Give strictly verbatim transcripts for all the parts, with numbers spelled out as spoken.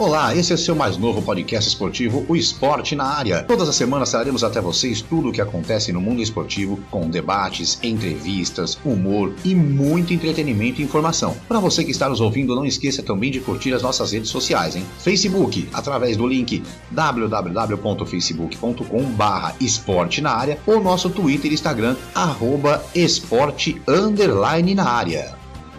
Olá, esse é o seu mais novo podcast esportivo, o Esporte na Área. Todas as semanas traremos até vocês tudo o que acontece no mundo esportivo, com debates, entrevistas, humor e muito entretenimento e informação. Para você que está nos ouvindo, não esqueça também de curtir as nossas redes sociais, hein? Facebook, através do link w w w ponto facebook ponto com barra esporte na área, ou nosso Twitter e Instagram, arroba esporte underline na área.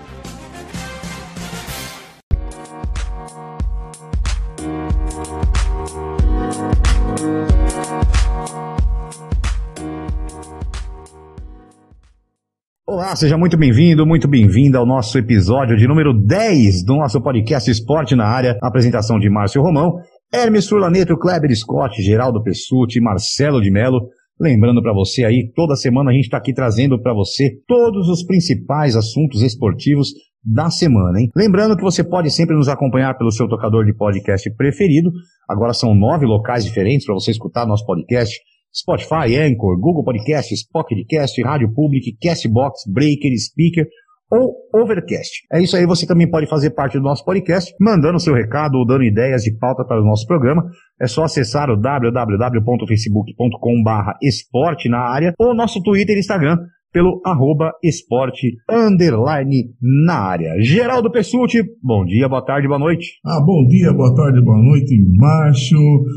Olá, seja muito bem-vindo, muito bem-vinda ao nosso episódio de número dez do nosso podcast Esporte na Área. A apresentação de Márcio Romão, Hermes Furlaneto, Kleber Scott, Geraldo Pessutti, Marcelo de Mello. Lembrando para você aí, toda semana a gente está aqui trazendo para você todos os principais assuntos esportivos da semana, hein? Lembrando que você pode sempre nos acompanhar pelo seu tocador de podcast preferido. Agora são nove locais diferentes para você escutar nosso podcast: Spotify, Anchor, Google Podcasts, Pocket Cast, Rádio Public, Castbox, Breaker, Speaker ou Overcast. É isso aí, você também pode fazer parte do nosso podcast, mandando seu recado ou dando ideias de pauta para o nosso programa. É só acessar o w w w ponto facebook ponto com barra esporte na área ou nosso Twitter e Instagram pelo arroba esporte underline na área. Geraldo Pessutti, bom dia, boa tarde, boa noite. Ah, bom dia, boa tarde, boa noite, Márcio,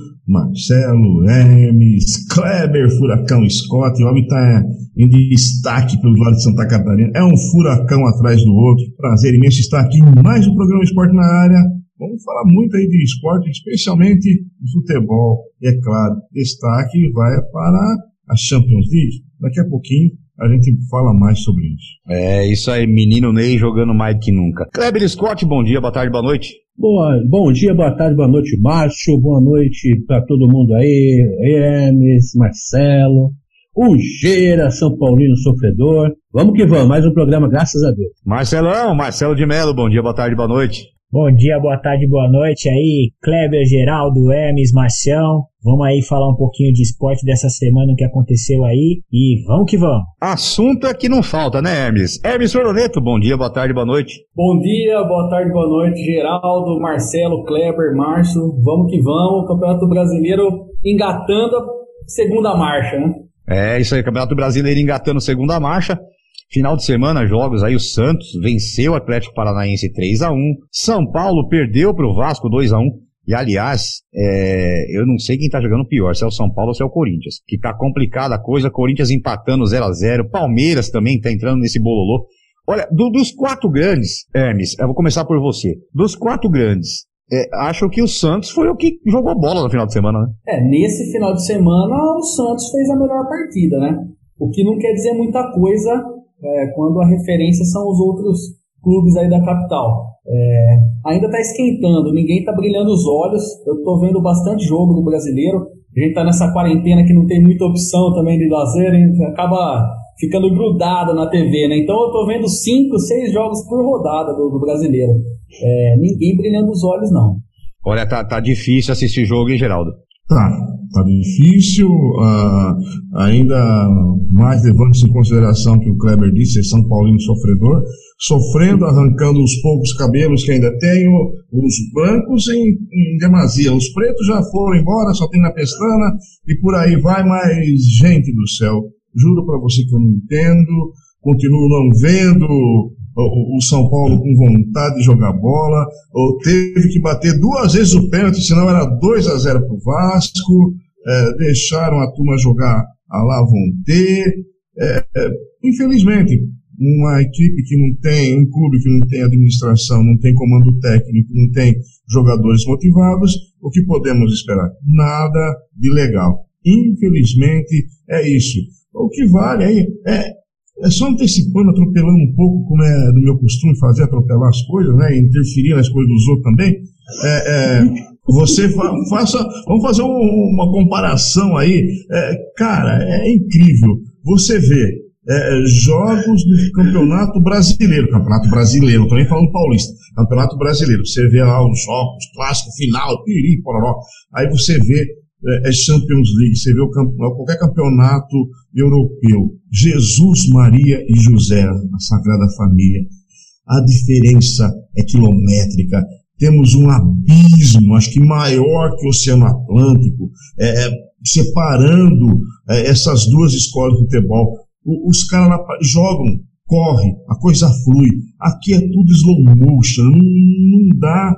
Marcelo, Hermes, Kleber, Furacão Scott. O homem está em destaque pelo lado de Santa Catarina. É um furacão atrás do outro. Prazer imenso estar aqui em mais um programa Esporte na Área. Vamos falar muito aí de esporte, especialmente de futebol. E é claro, destaque vai para a Champions League. Daqui a pouquinho a gente fala mais sobre isso. É, isso aí, menino Ney jogando mais do que nunca. Kleber Scott, bom dia, boa tarde, boa noite. Boa, bom dia, boa tarde, boa noite, Márcio, boa noite para todo mundo aí, Hermes, Marcelo, o Gera, São Paulino sofredor. Vamos que vamos, mais um programa, graças a Deus. Marcelão, Marcelo de Mello, bom dia, boa tarde, boa noite. Bom dia, boa tarde, boa noite aí, Kleber, Geraldo, Hermes, Marcião. Vamos aí falar um pouquinho de esporte dessa semana, o que aconteceu aí, e vamos que vamos. Assunto é que não falta, né, Hermes? Hermes Furlaneto, bom dia, boa tarde, boa noite. Bom dia, boa tarde, boa noite, Geraldo, Marcelo, Kleber, Márcio. Vamos que vamos, Campeonato Brasileiro engatando a segunda marcha, né? É, isso aí, Campeonato Brasileiro engatando segunda marcha. Final de semana, jogos aí, o Santos venceu o Atlético Paranaense três a um, São Paulo perdeu para o Vasco dois a um, e aliás, é, eu não sei quem tá jogando pior, se é o São Paulo ou se é o Corinthians, que tá complicada a coisa, Corinthians empatando zero a zero, Palmeiras também tá entrando nesse bololô. Olha, do, dos quatro grandes, Hermes, eu vou começar por você, dos quatro grandes, é, acho que o Santos foi o que jogou bola no final de semana, né? É, nesse final de semana o Santos fez a melhor partida, né? O que não quer dizer muita coisa é, quando a referência são os outros clubes aí da capital. É, ainda está esquentando, ninguém está brilhando os olhos. Eu estou vendo bastante jogo do brasileiro. A gente está nessa quarentena que não tem muita opção também de lazer, a gente acaba ficando grudado na T V, né? Então eu estou vendo cinco, seis jogos por rodada do, do brasileiro. É, ninguém brilhando os olhos, não. Olha, tá, tá difícil assistir jogo, hein, Geraldo? Tá, tá difícil, uh, ainda mais levando-se em consideração que o Kleber disse, é São Paulino sofredor, sofrendo, arrancando os poucos cabelos que ainda tenho, os brancos em, em demasia, os pretos já foram embora, só tem na pestana, e por aí vai, mas gente do céu, juro pra você que eu não entendo, continuo não vendo o, o São Paulo com vontade de jogar bola, ou teve que bater duas vezes o pênalti, senão era dois a zero pro Vasco, é, deixaram a turma jogar a lá vão ter, é, é, infelizmente, uma equipe que não tem, um clube que não tem administração, não tem comando técnico, não tem jogadores motivados, o que podemos esperar? Nada de legal. Infelizmente, é isso. O que vale aí é É só antecipando, atropelando um pouco, como é do meu costume fazer, atropelar as coisas, né? Interferir nas coisas dos outros também. É, é, você fa faça, vamos fazer um, uma comparação aí. É, cara, é incrível. Você vê é, jogos do Campeonato Brasileiro, Campeonato Brasileiro, não tô nem falando paulista, Campeonato Brasileiro. Você vê lá os jogos, clássico, final, piri, pororó. Aí você vê é Champions League, você vê o campe... qualquer campeonato europeu, Jesus, Maria e José, a Sagrada Família, a diferença é quilométrica, temos um abismo, acho que maior que o Oceano Atlântico, é, separando é, essas duas escolas de futebol. O, os caras lá jogam, correm, a coisa flui. Aqui é tudo slow motion, não, não dá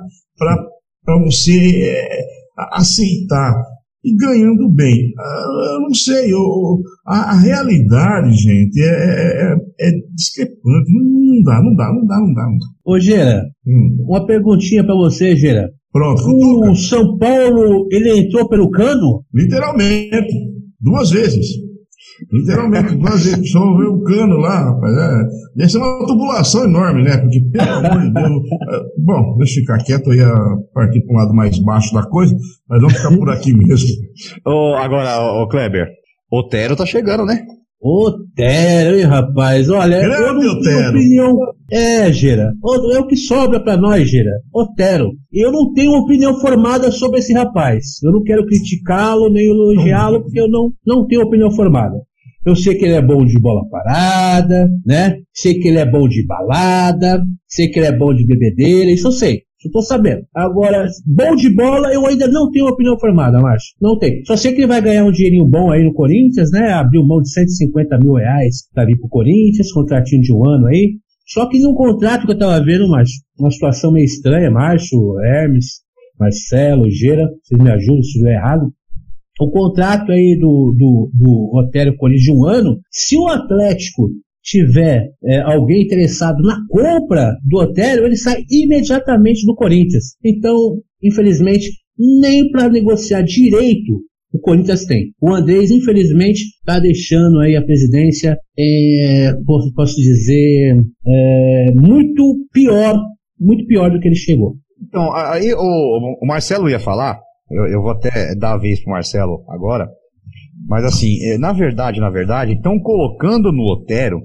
para você é, aceitar. E ganhando bem. Eu não sei, eu, a, a realidade, gente, é, é, é discrepante. Não dá, não dá, não dá, não dá. Não dá. Ô, Gera, hum. uma perguntinha pra você, Gera. Pronto. O toca. São Paulo, ele entrou pelo cano? Literalmente, duas vezes. Literalmente, duas vezes. Só ver o cano lá, rapaz. É, deve ser uma tubulação enorme, né? Porque, pelo amor de Deus. É, bom, deixa eu ficar quieto, eu ia partir para um lado mais baixo da coisa, mas vamos ficar por aqui mesmo. oh, agora, ô oh, Kleber, Otero tá chegando, né? Otero, hein, rapaz? Olha, Grande eu não Otero. tenho opinião. É, Gera. É o que sobra pra nós, Gera. Otero. Eu não tenho opinião formada sobre esse rapaz. Eu não quero criticá-lo, nem elogiá-lo, porque eu não, não tenho opinião formada. Eu sei que ele é bom de bola parada, né? Sei que ele é bom de balada, sei que ele é bom de bebedeira, isso eu sei. Eu tô sabendo. Agora, bom de bola, eu ainda não tenho opinião formada, Márcio. Não tenho. Só sei que ele vai ganhar um dinheirinho bom aí no Corinthians, né? Abriu mão de cento e cinquenta mil reais pra vir pro Corinthians, contratinho de um ano aí. Só que num contrato que eu tava vendo, Márcio, uma situação meio estranha, Márcio, Hermes, Marcelo, Gera, vocês me ajudam se estiver errado. O contrato aí do, do, do Otero Corinthians de um ano, se o Atlético tiver é, alguém interessado na compra do Otero, ele sai imediatamente do Corinthians. Então, infelizmente, nem para negociar direito o Corinthians tem. O Andrés, infelizmente, está deixando aí a presidência, é, posso, posso dizer, é, muito pior, muito pior do que ele chegou. Então, aí o, o Marcelo ia falar, eu, eu vou até dar a vez pro Marcelo agora, mas assim, na verdade, na verdade, estão colocando no Otero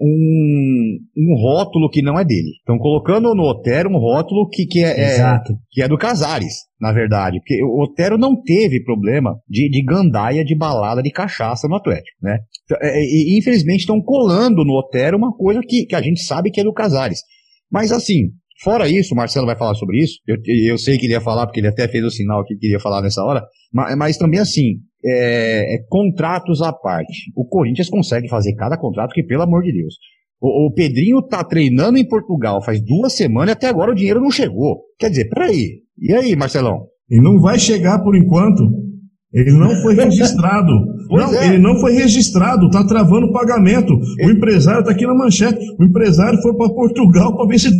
um, um rótulo que não é dele. Estão colocando no Otero um rótulo que, que, é, é, que é do Casares, na verdade. Porque o Otero não teve problema de, de gandaia, de balada, de cachaça no Atlético, né? E, infelizmente estão colando no Otero uma coisa que, que a gente sabe que é do Casares. Mas assim, fora isso, o Marcelo vai falar sobre isso, eu, eu sei que ele ia falar, porque ele até fez o sinal que queria falar nessa hora, mas, mas também assim, é, é, contratos à parte. O Corinthians consegue fazer cada contrato que, pelo amor de Deus. O, o Pedrinho tá treinando em Portugal faz duas semanas e até agora o dinheiro não chegou. Quer dizer, peraí, e aí, Marcelão? E não vai chegar por enquanto. Ele não foi registrado. Não, é. Ele não foi registrado, tá travando o pagamento. Ele... O empresário tá aqui na manchete. O empresário foi para Portugal para ver se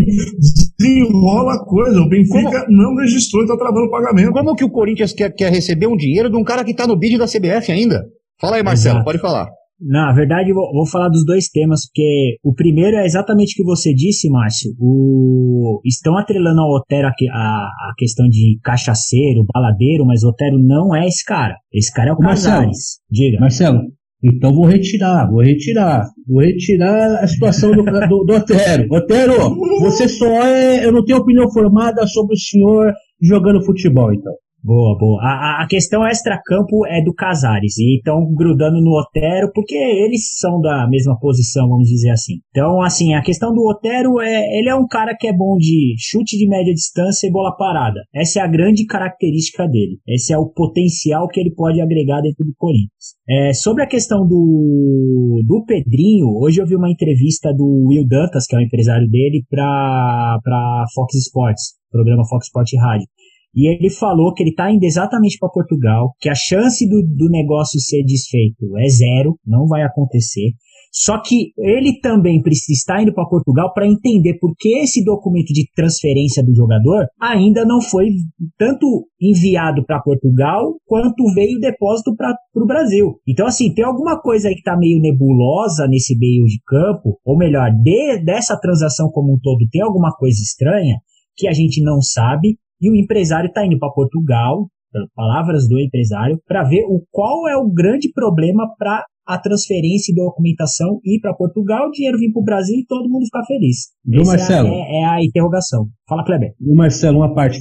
desenrola a coisa. O Benfica Como... não registrou e tá travando o pagamento. Como que o Corinthians quer, quer receber um dinheiro de um cara que tá no bid da C B F ainda? Fala aí, Marcelo, Exato. Pode falar. Na verdade, vou, vou falar dos dois temas, porque o primeiro é exatamente o que você disse, Márcio. O, estão atrelando ao Otero a, a, a questão de cachaceiro, baladeiro, mas o Otero não é esse cara. Esse cara é o Casares. Diga. Marcelo, então vou retirar, vou retirar. Vou retirar a situação do, do, do Otero. Otero, você só é... Eu não tenho opinião formada sobre o senhor jogando futebol, então. Boa, boa. A, a questão extra-campo é do Casares, e estão grudando no Otero porque eles são da mesma posição, vamos dizer assim. Então, assim, a questão do Otero é, ele é um cara que é bom de chute de média distância e bola parada. Essa é a grande característica dele. Esse é o potencial que ele pode agregar dentro do Corinthians. É, sobre a questão do, do Pedrinho, hoje eu vi uma entrevista do Will Dantas, que é o empresário dele, para para Fox Sports, programa Fox Sports Rádio. E ele falou que ele está indo exatamente para Portugal, que a chance do, do negócio ser desfeito é zero, não vai acontecer. Só que ele também precisa estar indo para Portugal para entender por que esse documento de transferência do jogador ainda não foi tanto enviado para Portugal, quanto veio o depósito para o Brasil. Então, assim, tem alguma coisa aí que está meio nebulosa nesse meio de campo, ou melhor, de, dessa transação como um todo, tem alguma coisa estranha que a gente não sabe. E o empresário está indo para Portugal, palavras do empresário, para ver o, qual é o grande problema para a transferência e documentação ir para Portugal, o dinheiro vir para o Brasil e todo mundo ficar feliz. Viu, Marcelo? É, é a interrogação. Fala, Kleber. O Marcelo, uma parte.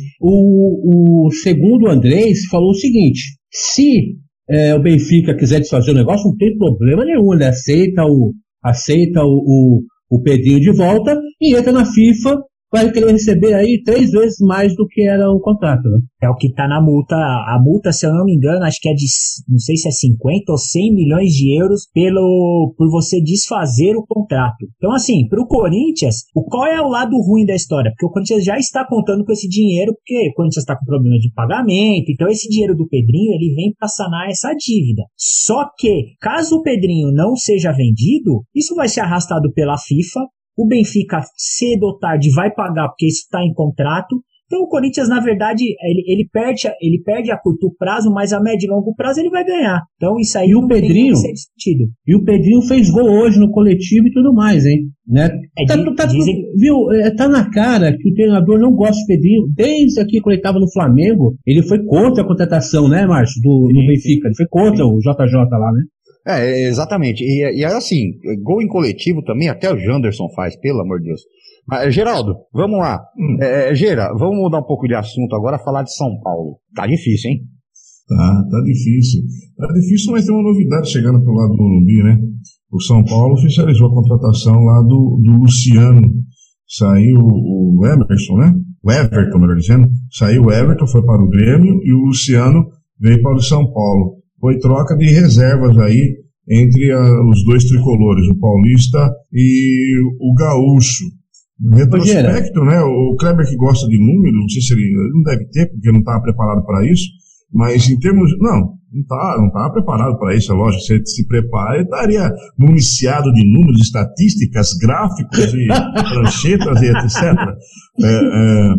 O, o segundo Andrés falou o seguinte, se é, o Benfica quiser desfazer o negócio, não tem problema nenhum, ele aceita o, aceita o, o, o Pedrinho de volta e entra na FIFA vai querer receber aí três vezes mais do que era o contrato, né? É o que está na multa. A multa, se eu não me engano, acho que é de, não sei se é cinquenta ou cem milhões de euros pelo, por você desfazer o contrato. Então, assim, para o Corinthians, o, qual é o lado ruim da história? Porque o Corinthians já está contando com esse dinheiro, porque o Corinthians está com problema de pagamento. Então, esse dinheiro do Pedrinho, ele vem para sanar essa dívida. Só que, caso o Pedrinho não seja vendido, isso vai ser arrastado pela FIFA. O Benfica, cedo ou tarde, vai pagar, porque isso está em contrato. Então o Corinthians, na verdade, ele, ele, perde, ele perde a curto prazo, mas a médio e longo prazo ele vai ganhar. Então isso aí e não o Pedrinho, tem que ser discutido. E o Pedrinho fez gol hoje no coletivo e tudo mais, hein? Né? É, tá, di, tá, dizem... viu, é, tá na cara que o treinador não gosta do Pedrinho. Desde aqui, quando ele estava no Flamengo, ele foi contra a contratação, né, Márcio, do, do Benfica. Ele foi contra o J J lá, né? É, exatamente. E, e assim, gol em coletivo também, até o Janderson faz, pelo amor de Deus. Mas, Geraldo, vamos lá. Hum. É, Gera, vamos mudar um pouco de assunto agora, falar de São Paulo. Tá difícil, hein? Tá, tá difícil. Tá difícil, mas tem uma novidade chegando pelo lado do Morumbi, né? O São Paulo oficializou a contratação lá do, do Luciano. Saiu o Emerson, né? O Everton, melhor dizendo. Saiu o Everton, foi para o Grêmio, e o Luciano veio para o São Paulo. Foi troca de reservas aí entre a, os dois tricolores, o Paulista e o Gaúcho. No retrospecto, né, o Kleber, que gosta de números, não sei se ele, ele não deve ter, porque não estava preparado para isso, mas em termos, não, não está não tá preparado para isso, é lógico, se ele se prepara, ele estaria municiado de números, estatísticas, gráficos e pranchetas e etcétera. É, é,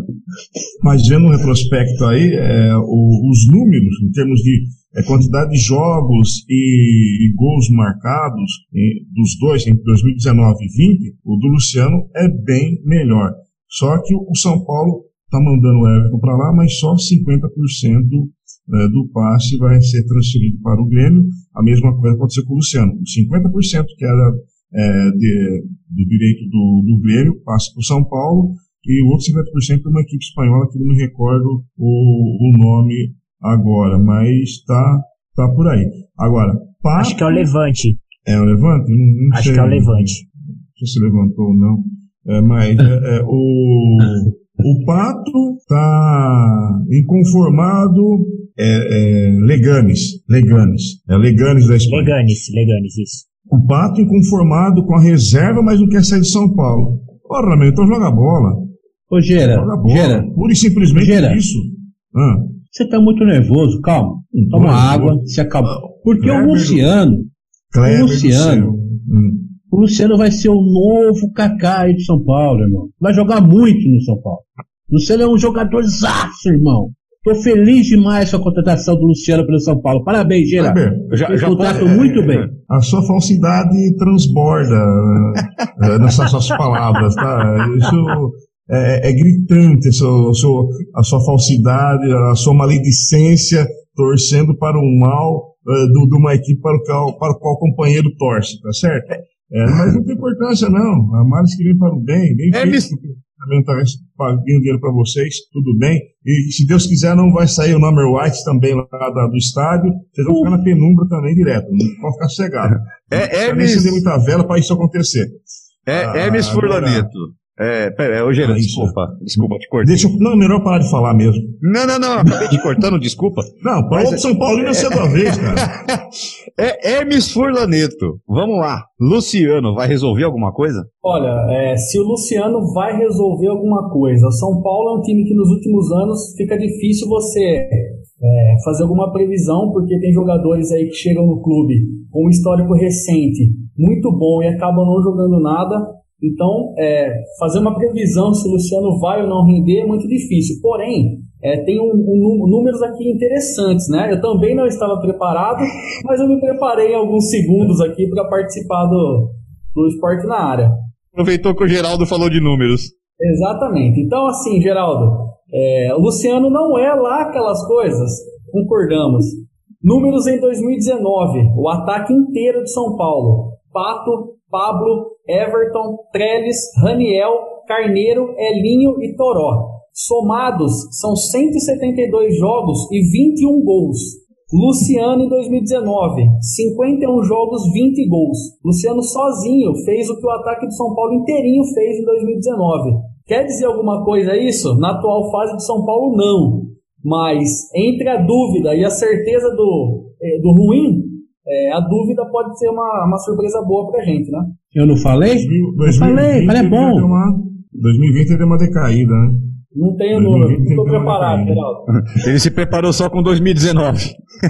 mas vendo um retrospecto aí, é, o, os números, em termos de é, quantidade de jogos e, e gols marcados em, dos dois, entre dois mil e dezenove e vinte, o do Luciano é bem melhor. Só que o São Paulo está mandando o Everton para lá, mas só cinquenta por cento é, do passe vai ser transferido para o Grêmio. A mesma coisa pode ser com o Luciano. Os cinquenta por cento que era é, de, do direito do, do Grêmio passa para o São Paulo, e o outro cinquenta por cento é uma equipe espanhola que eu não me recordo o, o nome agora, mas tá, tá por aí. Agora, Pato, acho que é o Levante. É o Levante? Não, não acho sei, que é o Levante. Não sei se levantou ou não. É, mas é, é, o, o Pato tá inconformado. É, é, Leganes. Leganes. É Leganes da Espanha. Leganes, Leganes, isso. O Pato inconformado com a reserva, mas não quer sair de São Paulo. Ora, meu, então joga bola. Ô, Gera, joga bola. Gera. Pura e simplesmente Gera. isso. Ah. Você tá muito nervoso, calma. Toma Boa, água, boa. se acabou. Porque Kleber, o Luciano, Kleber o Luciano, hum. o Luciano vai ser o novo Kaká aí de São Paulo, irmão. Vai jogar muito no São Paulo. O Luciano é um jogadorzaço, irmão. Tô feliz demais com a contratação do Luciano pelo São Paulo. Parabéns, Gerardo. Já, já contrato muito é, bem. A sua falsidade transborda é, nessas suas palavras, tá? Isso é, é gritante, a sua, a, sua, a sua falsidade, a sua maledicência torcendo para o mal é, de do, uma equipe para o, qual, para o qual o companheiro torce, tá certo? É, mas não tem importância, não. A Maris que vem para o bem, bem é, feito. Também está pagando dinheiro para vocês, tudo bem. E se Deus quiser, não vai sair o Number White também lá da, do estádio. Vocês vão ficar na penumbra também direto. Não pode ficar cegado. É, é, nem acender muita vela para isso acontecer. É, ah, Hermes Furlaneto. É, pera, ô Geraldo, ah, desculpa. Desculpa, te cortei. Deixa eu, não, melhor parar de falar mesmo. Não, não, não, acabei te cortando, desculpa. Não, para o São Paulino é cedo a vez, cara. É Hermes Furlaneto. Vamos lá. Luciano, vai resolver alguma coisa? Olha, é, se o Luciano vai resolver alguma coisa. O São Paulo é um time que nos últimos anos fica difícil você é, fazer alguma previsão, porque tem jogadores aí que chegam no clube com um histórico recente muito bom e acabam não jogando nada. Então, é, fazer uma previsão se o Luciano vai ou não render é muito difícil. Porém, é, tem um, um, números aqui interessantes, né? Eu também não estava preparado, mas eu me preparei alguns segundos aqui para participar do, do Esporte na Área. Aproveitou que o Geraldo falou de números. Exatamente. Então, assim, Geraldo, é, o Luciano não é lá aquelas coisas, concordamos. Números em dois mil e dezenove, o ataque inteiro de São Paulo. Pato, Pablo, Everton, Trellis, Raniel, Carneiro, Elinho e Toró. Somados, são cento e setenta e dois jogos e vinte e um gols. Luciano em dois mil e dezenove, cinquenta e um jogos, vinte gols. Luciano sozinho fez o que o ataque do São Paulo inteirinho fez em dois mil e dezenove. Quer dizer alguma coisa isso? Na atual fase de São Paulo, não. Mas entre a dúvida e a certeza do, do ruim, é, a dúvida pode ser uma, uma surpresa boa pra gente, né? Eu não falei? dois mil, eu falei, falei, é bom. Uma, dois mil e vinte deu uma decaída, né? Não tenho número, não estou preparado, Geraldo. Ele se preparou só com dois mil e dezenove.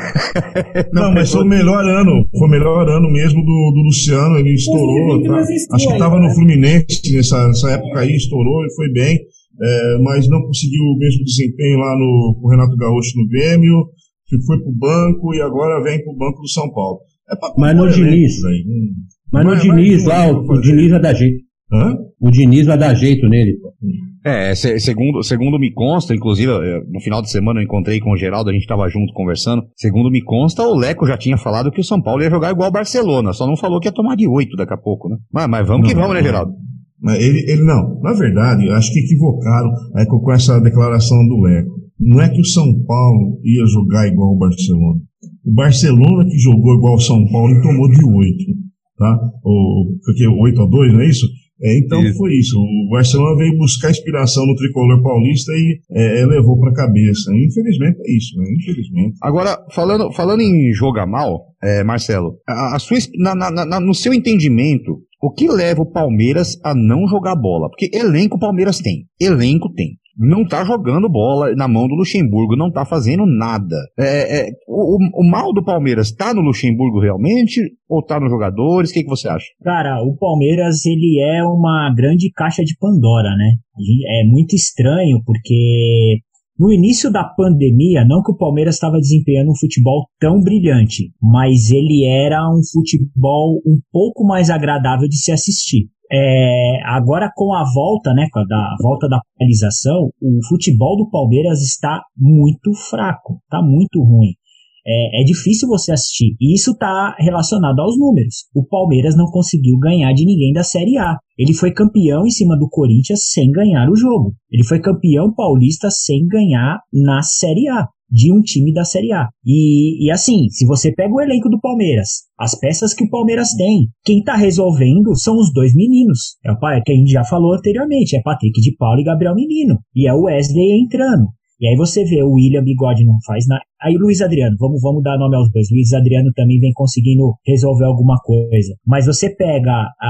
Não, não mas foi o melhor ano, foi o melhor ano mesmo do, do Luciano, ele estourou, tá? Acho que estava no Fluminense nessa, nessa época aí, estourou e foi bem, é, mas não conseguiu o mesmo desempenho lá no com o Renato Gaúcho no Grêmio, foi pro banco e agora vem pro banco do São Paulo. É pra mas no Diniz, aí. Hum. Mas no Diniz lá, o, o Diniz vai dar jeito. Hã? O Diniz vai dar jeito nele, pô. É, se, segundo, segundo me consta, inclusive, no final de semana eu encontrei com o Geraldo, a gente tava junto conversando. Segundo me consta, o Leco já tinha falado que o São Paulo ia jogar igual o Barcelona, só não falou que ia tomar de oito daqui a pouco, né? Mas, mas vamos não, que vamos, né, Geraldo? Ele, ele não, na verdade, eu acho que equivocaram é, com essa declaração do Leco. Não é que o São Paulo ia jogar igual o Barcelona. O Barcelona que jogou igual o São Paulo e tomou de oito, tá? O, porque oito a dois, não é isso? É, então isso. Foi isso. O Barcelona veio buscar inspiração no tricolor paulista e é, levou para a cabeça. Infelizmente é isso, né? Infelizmente. Agora, falando, falando em jogar mal, é, Marcelo, a, a sua, na, na, na, no seu entendimento, o que leva o Palmeiras a não jogar bola? Porque elenco o Palmeiras tem. Elenco tem. Não tá jogando bola na mão do Luxemburgo, não tá fazendo nada. É, é, o, o mal do Palmeiras tá no Luxemburgo realmente ou tá nos jogadores? O que, que você acha? Cara, o Palmeiras ele é uma grande caixa de Pandora, né? É muito estranho porque no início da pandemia, não que o Palmeiras estava desempenhando um futebol tão brilhante, mas ele era um futebol um pouco mais agradável de se assistir. É, agora com a volta, né, com a, da, a volta da paralisação, o futebol do Palmeiras está muito fraco, está muito ruim. É, é difícil você assistir. E isso está relacionado aos números. O Palmeiras não conseguiu ganhar de ninguém da Série A. Ele foi campeão em cima do Corinthians sem ganhar o jogo. Ele foi campeão paulista sem ganhar na Série A, de um time da Série A. E, e assim, se você pega o elenco do Palmeiras, as peças que o Palmeiras tem, quem tá resolvendo são os dois meninos. É o que a gente já falou anteriormente, é Patrick de Paula e Gabriel Menino. E é o Wesley entrando. E aí você vê, o William Bigode não faz nada. Aí o Luiz Adriano, vamos, vamos dar nome aos dois. Luiz Adriano também vem conseguindo resolver alguma coisa. Mas você pega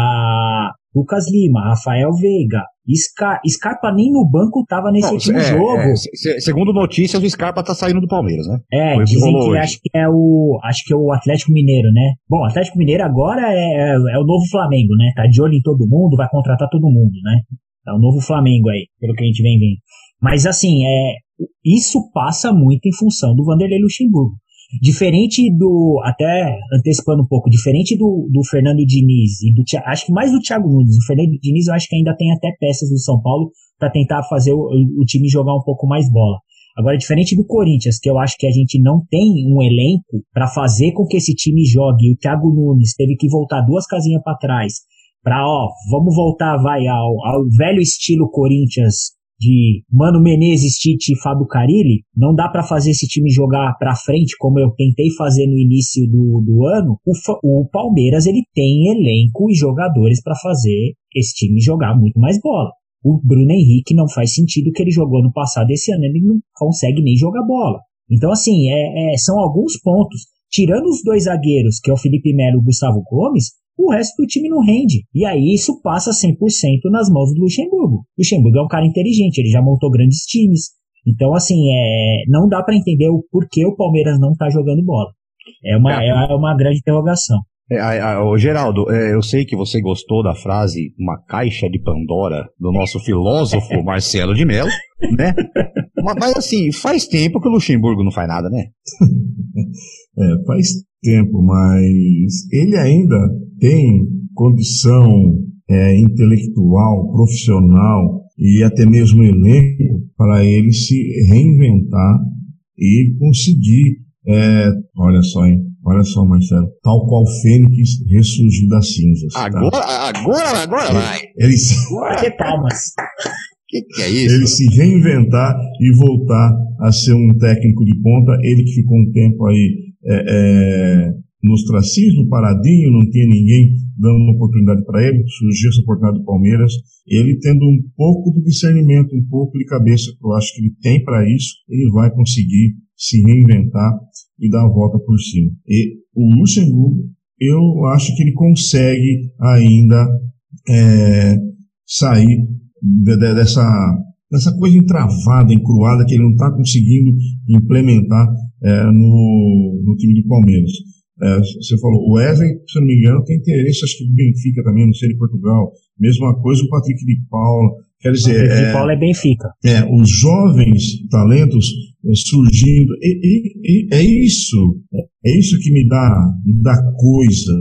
a Lucas Lima, Rafael Veiga, Scar, Scarpa nem no banco tava nesse não, último é, jogo. É, se, segundo notícias, o Scarpa tá saindo do Palmeiras, né? É, Foi dizem que, que acho que é o acho que é o Atlético Mineiro, né? Bom, o Atlético Mineiro agora é, é o novo Flamengo, né? Tá de olho em todo mundo, vai contratar todo mundo, né? É o novo Flamengo aí, pelo que a gente vem vendo. Mas assim, é, isso passa muito em função do Vanderlei Luxemburgo. Diferente do, até antecipando um pouco, diferente do, do Fernando Diniz e do, acho que mais do Thiago Nunes, o Fernando Diniz eu acho que ainda tem até peças do São Paulo para tentar fazer o, o time jogar um pouco mais bola. Agora, diferente do Corinthians, que eu acho que a gente não tem um elenco para fazer com que esse time jogue, e o Thiago Nunes teve que voltar duas casinhas para trás, para, ó, vamos voltar, vai, ao, ao velho estilo Corinthians, de Mano Menezes, Tite e Fábio Carille, não dá para fazer esse time jogar para frente, como eu tentei fazer no início do, do ano. O, o Palmeiras ele tem elenco e jogadores para fazer esse time jogar muito mais bola. O Bruno Henrique não faz sentido o que ele jogou no passado, esse ano ele não consegue nem jogar bola. Então assim, é, é, são alguns pontos. Tirando os dois zagueiros, que é o Felipe Melo e o Gustavo Gomes, o resto do time não rende. E aí isso passa cem por cento nas mãos do Luxemburgo. O Luxemburgo é um cara inteligente, ele já montou grandes times. Então, assim, é, não dá para entender o porquê o Palmeiras não tá jogando bola. É uma, é uma grande interrogação. É, a, a, o Geraldo, é, eu sei que você gostou da frase uma caixa de Pandora do nosso filósofo Marcelo de Mello, né? Mas, mas assim, faz tempo que o Luxemburgo não faz nada, né? É, faz tempo, mas ele ainda tem condição é, intelectual, profissional e até mesmo elenco para ele se reinventar e conseguir, é, olha só, hein? Olha só, Marcelo, tal qual Fênix ressurgiu das cinzas. Agora, tá? agora, agora vai. Ele se... Agora palmas. Que que é isso? Ele se reinventar e voltar a ser um técnico de ponta. Ele que ficou um tempo aí é, é, no ostracismo, paradinho, não tinha ninguém dando uma oportunidade para ele, surgiu essa oportunidade do Palmeiras, ele tendo um pouco de discernimento, um pouco de cabeça, que eu acho que ele tem para isso, ele vai conseguir se reinventar e dar a volta por cima. E o Luxemburgo, eu acho que ele consegue ainda é, sair de, de, dessa, dessa coisa entravada, encruada, que ele não está conseguindo implementar é, no, no time do Palmeiras. É, você falou, o Wesley, se eu não me engano, tem interesse, acho que do Benfica também, não sei, de Portugal. Mesma coisa o Patrick de Paula. Quer dizer, o Patrick é, de Paula é Benfica. É, os jovens talentos é, surgindo. E, e, e, é isso, é isso que me dá, me dá coisa.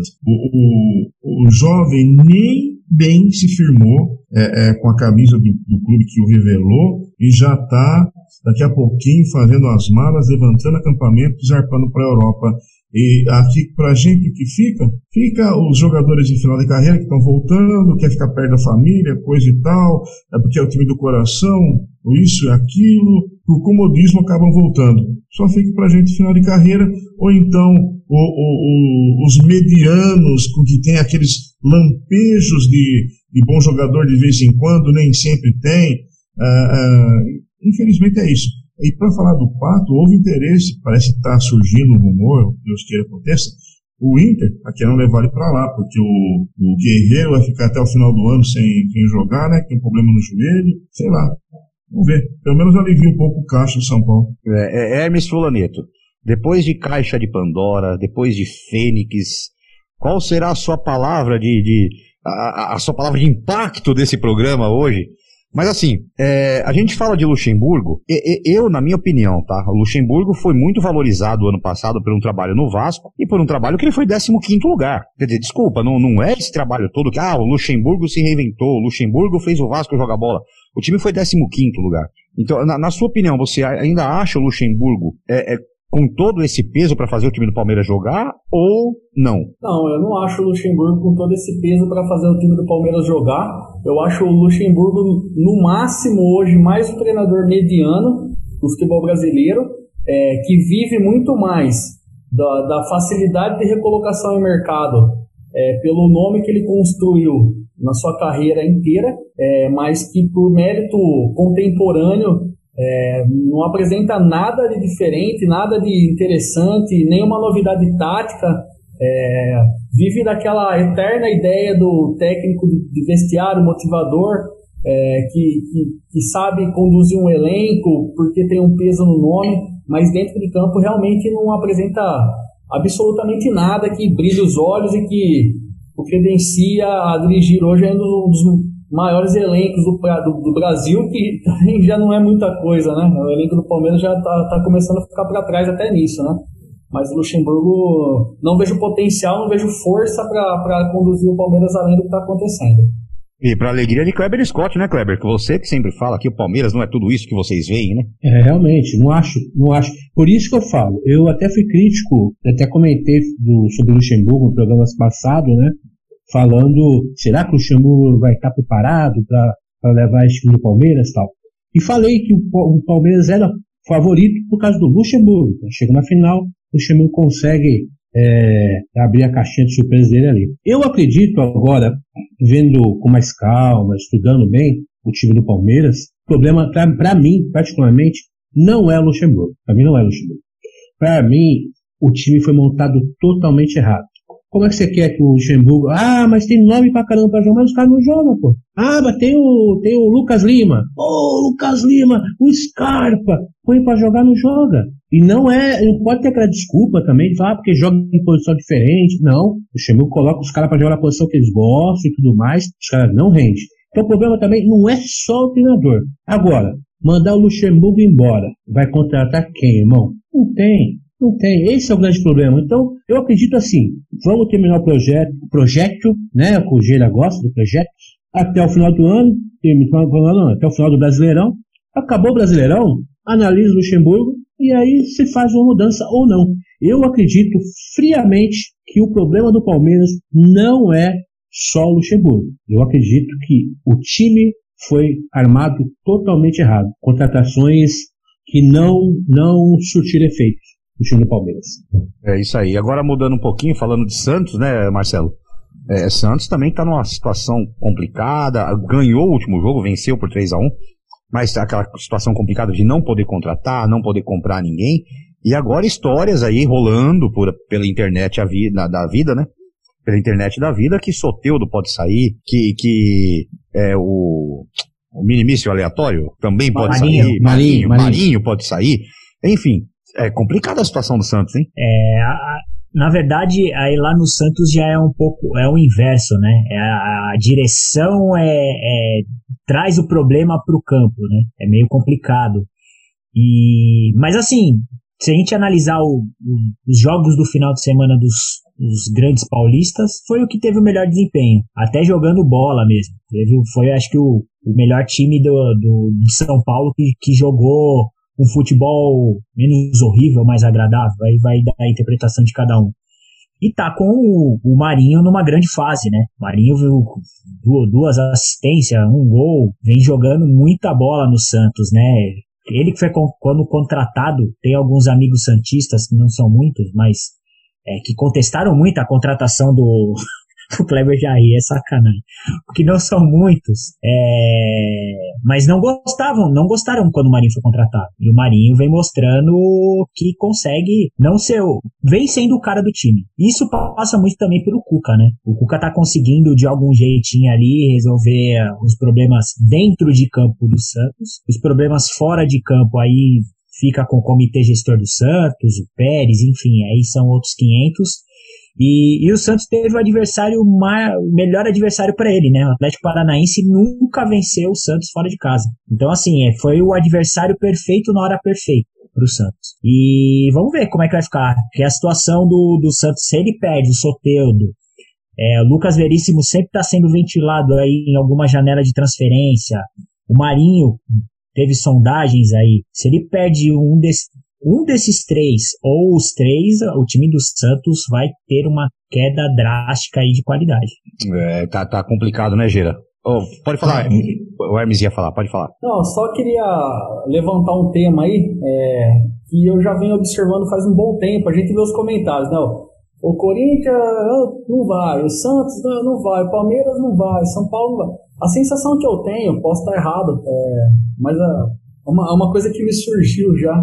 O, o, o jovem nem bem se firmou é, é, com a camisa do, do clube que o revelou e já está, daqui a pouquinho, fazendo as malas, levantando acampamento e zarpando para a Europa. E aqui pra gente o que fica, fica os jogadores de final de carreira que estão voltando, quer ficar perto da família, coisa e tal, é porque é o time do coração, isso e aquilo, por comodismo acabam voltando. Só fica pra gente final de carreira, ou então o, o, o, os medianos, com que tem aqueles lampejos de, de bom jogador de vez em quando, nem sempre tem. Ah, ah, infelizmente é isso. E para falar do Pato, houve interesse, parece que está surgindo um rumor, Deus queira aconteça, o Inter está querendo levar ele para lá, porque o, o Guerreiro vai ficar até o final do ano sem, sem jogar, né? Tem um problema no joelho, sei lá. Vamos ver. Pelo menos alivia um pouco o caixa do São Paulo. É, é, Hermes Fulaneto, depois de Caixa de Pandora, depois de Fênix, qual será a sua palavra de, de a, a sua palavra de impacto desse programa hoje? Mas assim, é, a gente fala de Luxemburgo, e, e, eu, na minha opinião, tá? O Luxemburgo foi muito valorizado ano passado por um trabalho no Vasco e por um trabalho que ele foi décimo quinto lugar. Quer dizer, desculpa, não, não é esse trabalho todo que, ah, o Luxemburgo se reinventou, o Luxemburgo fez o Vasco jogar bola. O time foi décimo quinto lugar. Então, na, na sua opinião, você ainda acha o Luxemburgo é, é, com todo esse peso para fazer o time do Palmeiras jogar ou não? Não, eu não acho o Luxemburgo com todo esse peso para fazer o time do Palmeiras jogar. Eu acho o Luxemburgo, no máximo, hoje, mais um treinador mediano do futebol brasileiro, é, que vive muito mais da, da facilidade de recolocação em mercado, é, pelo nome que ele construiu na sua carreira inteira, é, mas que por mérito contemporâneo É, não apresenta nada de diferente, nada de interessante, nenhuma novidade tática, é, vive daquela eterna ideia do técnico de, de vestiário, motivador, é, que, que, que sabe conduzir um elenco porque tem um peso no nome, mas dentro de campo realmente não apresenta absolutamente nada que brilhe os olhos e que o credencia a dirigir hoje é um dos maiores elencos do, do, do Brasil, que já não é muita coisa, né? O elenco do Palmeiras já está tá começando a ficar para trás até nisso, né? Mas o Luxemburgo, não vejo potencial, não vejo força para conduzir o Palmeiras além do que está acontecendo. E para alegria de Kleber Scott, né, Kleber? Que você que sempre fala que o Palmeiras não é tudo isso que vocês veem, né? É, realmente, não acho, não acho. Por isso que eu falo, eu até fui crítico, até comentei do, sobre o Luxemburgo no programa passado, né? Falando, será que o Luxemburgo vai estar preparado para levar esse time do Palmeiras e tal? E falei que o, o Palmeiras era favorito por causa do Luxemburgo. Chega na final, o Luxemburgo consegue é, abrir a caixinha de surpresa dele ali. Eu acredito agora, vendo com mais calma, estudando bem o time do Palmeiras, o problema, para mim, particularmente, não é o Luxemburgo. Para mim, não é o Luxemburgo. Para mim, o time foi montado totalmente errado. Como é que você quer que o Luxemburgo... Ah, mas tem nome pra caramba pra jogar, mas os caras não jogam, pô. Ah, mas tem o, tem o Lucas Lima. Ô, oh, Lucas Lima, o Scarpa. Põe pra jogar, não joga. E não é... Não pode ter aquela desculpa também de falar, ah, porque joga em posição diferente. Não. O Luxemburgo coloca os caras pra jogar na posição que eles gostam e tudo mais. Os caras não rendem. Então o problema também não é só o treinador. Agora, mandar o Luxemburgo embora. Vai contratar quem, irmão? Não tem. Não tem, esse é o grande problema. Então, eu acredito assim, vamos terminar o projeto, o projeto, né, o Geira gosta do projeto, até o final do ano, até o final do Brasileirão, acabou o Brasileirão, analisa o Luxemburgo, e aí se faz uma mudança ou não. Eu acredito friamente que o problema do Palmeiras não é só o Luxemburgo. Eu acredito que o time foi armado totalmente errado. Contratações que não, não surtiram efeitos. o time do Palmeiras. É isso aí. Agora mudando um pouquinho, falando de Santos, né, Marcelo? É, Santos também está numa situação complicada, ganhou o último jogo, venceu por três a um, mas aquela situação complicada de não poder contratar, não poder comprar ninguém, e agora histórias aí rolando por, pela internet a vida, da vida, né? Pela internet da vida, que Soteldo pode sair, que, que é, o, o minimício aleatório também pode Marinho, sair, Marinho, Marinho, Marinho. Marinho pode sair, enfim, é complicada a situação do Santos, hein? É, a, a, na verdade, aí lá no Santos já é um pouco, é o inverso, né? É a, a direção é, é, traz o problema para o campo, né? É meio complicado. E, mas assim, se a gente analisar o, o, os jogos do final de semana dos, dos grandes paulistas, foi o que teve o melhor desempenho, até jogando bola mesmo. Teve, foi, acho que, o, o melhor time do, do, de São Paulo que, que jogou um futebol menos horrível, mais agradável, aí vai dar a interpretação de cada um. E tá com o, o Marinho numa grande fase, né? O Marinho viu duas assistências, um gol, vem jogando muita bola no Santos, né? Ele que foi, quando contratado, tem alguns amigos santistas, que não são muitos, mas é, que contestaram muito a contratação do... O Kleber Jair, é sacanagem. Porque não são muitos. É... Mas não gostavam, não gostaram quando o Marinho foi contratado. E o Marinho vem mostrando que consegue não ser o... Vem sendo o cara do time. Isso passa muito também pelo Cuca, né? O Cuca tá conseguindo, de algum jeitinho ali, resolver os problemas dentro de campo do Santos. Os problemas fora de campo aí fica com o comitê gestor do Santos, o Pérez, enfim, aí são outros quinhentos. E, e o Santos teve o adversário mais, o melhor adversário para ele, né? O Atlético Paranaense nunca venceu o Santos fora de casa. Então, assim, foi o adversário perfeito na hora perfeita pro Santos. E vamos ver como é que vai ficar. Porque a situação do, do Santos, se ele perde o Soteldo, é, o Lucas Veríssimo sempre está sendo ventilado aí em alguma janela de transferência. O Marinho teve sondagens aí. Se ele perde um desses Um desses três, ou os três, o time do Santos vai ter uma queda drástica aí de qualidade. É, tá, tá complicado, né, Geira? Oh, pode falar, o Hermes ia falar, pode falar. Não, só queria levantar um tema aí, é, que eu já venho observando faz um bom tempo, a gente vê os comentários, né? O Corinthians não vai, o Santos não, não vai, o Palmeiras não vai, o São Paulo não vai. A sensação que eu tenho, posso estar errado, é, mas é uma, uma coisa que me surgiu já,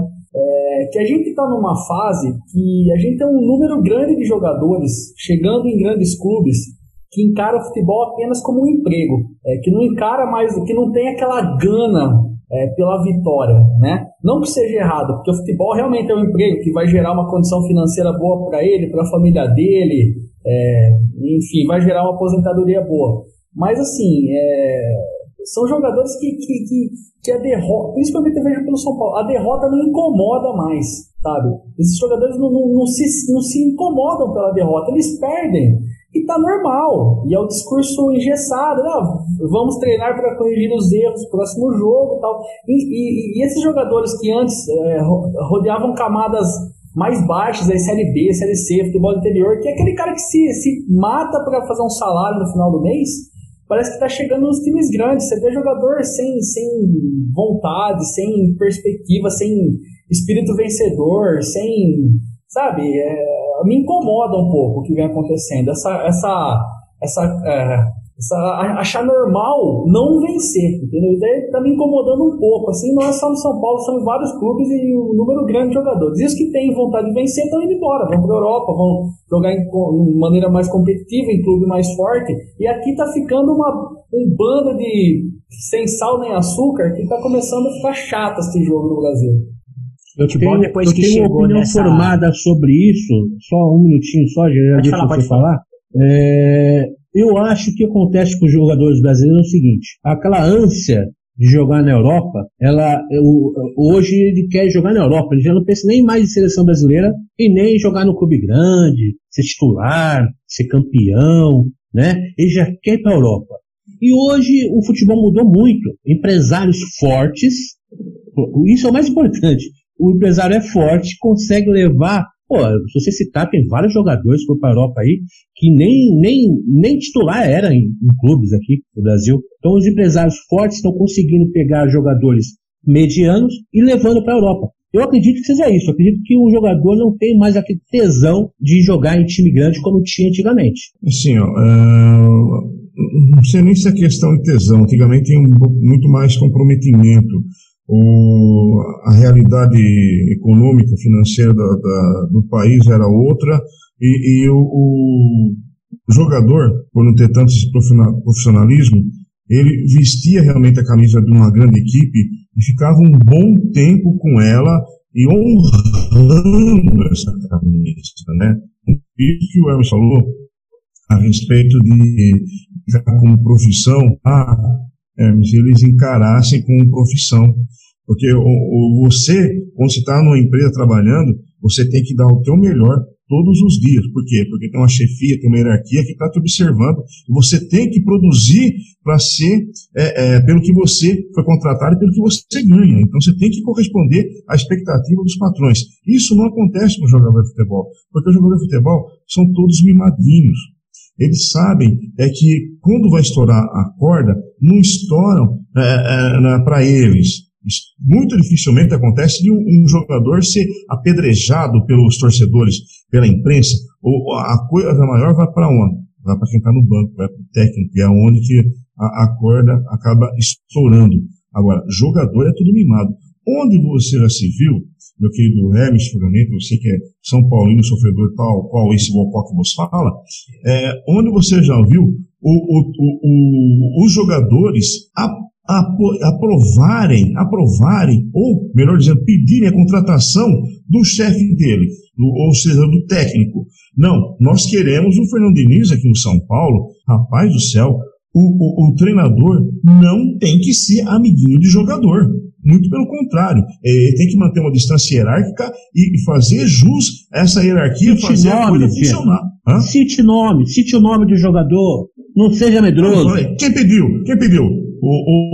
é que a gente está numa fase que a gente tem um número grande de jogadores chegando em grandes clubes que encara o futebol apenas como um emprego, é, que não encara mais, que não tem aquela gana é, pela vitória, né? Não que seja errado, porque o futebol realmente é um emprego que vai gerar uma condição financeira boa para ele, para a família dele, é, enfim, vai gerar uma aposentadoria boa. Mas assim, é, são jogadores que, que, que, que a derrota, principalmente eu vejo pelo São Paulo, a derrota não incomoda mais, sabe? Esses jogadores não, não, não, se, não se incomodam pela derrota, eles perdem. E tá normal, e é o discurso engessado, né? Vamos treinar para corrigir os erros no próximo jogo e tal. E, e, e esses jogadores que antes é, rodeavam camadas mais baixas, aí Série B, Série C, futebol interior, que é aquele cara que se, se mata para fazer um salário no final do mês, parece que tá chegando nos times grandes. Você vê jogador sem, sem vontade, sem perspectiva, sem espírito vencedor, sem... Sabe, é, me incomoda um pouco o que vem acontecendo. Essa, essa, essa, é, essa, achar normal não vencer, entendeu? Isso daí tá me incomodando um pouco. Assim, não é só no São Paulo, são em vários clubes e um número grande de jogadores. E os que têm vontade de vencer estão indo embora, vão para a Europa, vão jogar em, de maneira mais competitiva, em clube mais forte. E aqui tá ficando uma, um bando de sem sal nem açúcar que tá começando a ficar chato esse jogo no Brasil. Eu tenho, depois eu que tenho uma opinião nessa... formada sobre isso, só um minutinho só, já pode deixa falar, você pode falar. falar. É, eu acho que acontece com os jogadores brasileiros é o seguinte, aquela ânsia de jogar na Europa, ela, eu, hoje ele quer jogar na Europa, ele já não pensa nem mais em seleção brasileira e nem jogar no clube grande, ser titular, ser campeão, né? Ele já quer ir para a Europa. E hoje o futebol mudou muito, empresários fortes, isso é o mais importante. O empresário é forte, consegue levar... Pô, se você citar, tem vários jogadores que foram para a Europa aí que nem, nem, nem titular era em, em clubes aqui no Brasil. Então os empresários fortes estão conseguindo pegar jogadores medianos e levando para a Europa. Eu acredito que seja isso. Eu acredito que o jogador não tem mais aquele tesão de jogar em time grande como tinha antigamente. Assim, ó, é... não sei nem se é questão de tesão. Antigamente tinha um, muito mais comprometimento. O, a realidade econômica, financeira da, da, do país era outra, e, e o, o jogador, por não ter tanto esse profissionalismo, ele vestia realmente a camisa de uma grande equipe e ficava um bom tempo com ela e honrando essa camisa, né? Isso que o Hermes falou a respeito de como profissão, ah, Hermes, eles encarassem como profissão. Porque o, o, você, quando você está numa empresa trabalhando, você tem que dar o teu melhor todos os dias. Por quê? Porque tem uma chefia, tem uma hierarquia que está te observando. E você tem que produzir para ser é, é, pelo que você foi contratado e pelo que você ganha. Então você tem que corresponder à expectativa dos patrões. Isso não acontece com o jogador de futebol. Porque os jogadores de futebol são todos mimadinhos. Eles sabem é que quando vai estourar a corda, não estouram é, é, para eles. Muito dificilmente acontece de um, um jogador ser apedrejado pelos torcedores, pela imprensa, ou a coisa maior vai para onde? Vai para quem está no banco, vai para o técnico, que é onde que a, a corda acaba estourando. Agora, jogador é tudo mimado. Onde você já se viu, meu querido Hermes Furaneto, você que é São Paulino sofredor tal qual esse bocó que você fala, é, onde você já viu o, o, o, o, os jogadores a aprovarem, aprovarem, ou, melhor dizendo, pedirem a contratação do chefe dele, do, ou seja, do técnico. Não, nós queremos o Fernando Diniz aqui no São Paulo. Rapaz do céu, o, o, o treinador não tem que ser amiguinho de jogador. Muito pelo contrário, ele tem que manter uma distância hierárquica e fazer jus a essa hierarquia, cite fazer nome, a coisa funcionar. Hã? Cite nome, cite o nome do jogador, não seja medroso. Quem pediu? Quem pediu? O,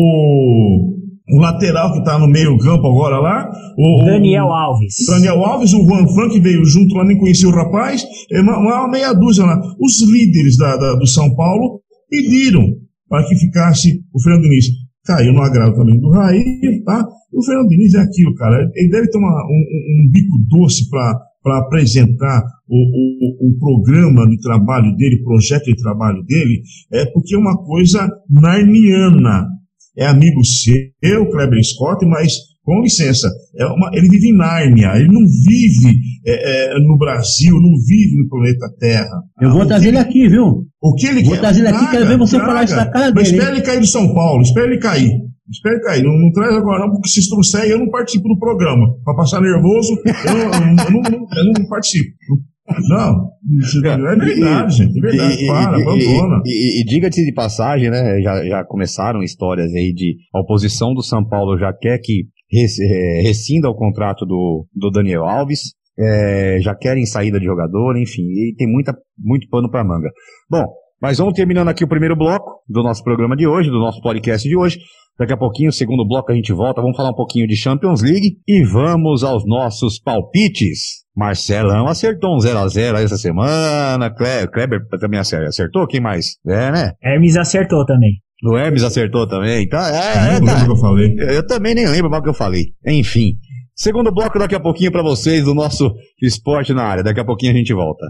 o, o lateral que está no meio campo agora lá, o, Daniel Alves. Daniel Alves, o Juan Fran que veio junto lá, nem conhecia o rapaz, é uma, uma meia dúzia lá. Os líderes da, da, do São Paulo pediram para que ficasse o Fernando Diniz. Caiu no agrado também do Raí, tá? E o Fernando Diniz é aquilo, cara. Ele deve ter uma, um, um bico doce para apresentar o, o, o programa de trabalho dele, o projeto de trabalho dele, é porque é uma coisa narniana. É amigo seu, Kleber Scott, mas, com licença, é uma, ele vive em Nárnia, ele não vive é, é, no Brasil, não vive no planeta Terra. Eu vou ah, trazer ele aqui, viu? O que ele vou quer? trazer ele aqui, traga, quero ver você traga. falar isso na cara Mas dele. espera ele cair do São Paulo, espera ele cair. Espera ele cair, não, não traz agora não, porque se trouxer eu não participo do programa. Para passar nervoso, eu, eu, eu, não, eu não participo. Não, é verdade, gente, é verdade, e, para, e, abandona. E, e, e diga-se de passagem, né, já, já começaram histórias aí de a oposição do São Paulo já quer que rescinda o contrato do, do Daniel Alves, é, já querem saída de jogador, enfim, e tem muita, muito pano para manga. Bom, mas vamos terminando aqui o primeiro bloco do nosso programa de hoje, do nosso podcast de hoje. Daqui a pouquinho, o segundo bloco, a gente volta, vamos falar um pouquinho de Champions League e vamos aos nossos palpites. Marcelão acertou um zero a zero essa semana, Kleber, Kleber também acertou, quem mais? É, né? Hermes acertou também. O Hermes acertou também, tá? É, é, não tá. lembro o que eu falei. Eu, eu também nem lembro mais o que eu falei. Enfim, segundo bloco daqui a pouquinho pra vocês do nosso Esporte na Área. Daqui a pouquinho a gente volta.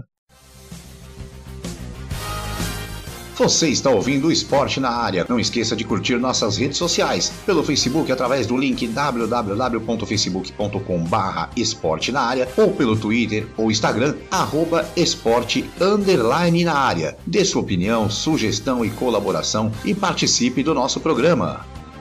Você está ouvindo o Esporte na Área. Não esqueça de curtir nossas redes sociais. Pelo Facebook, através do link w w w ponto facebook ponto com barra esporte na área ou pelo Twitter ou Instagram, arroba esporte underline na área. Dê sua opinião, sugestão e colaboração e participe do nosso programa.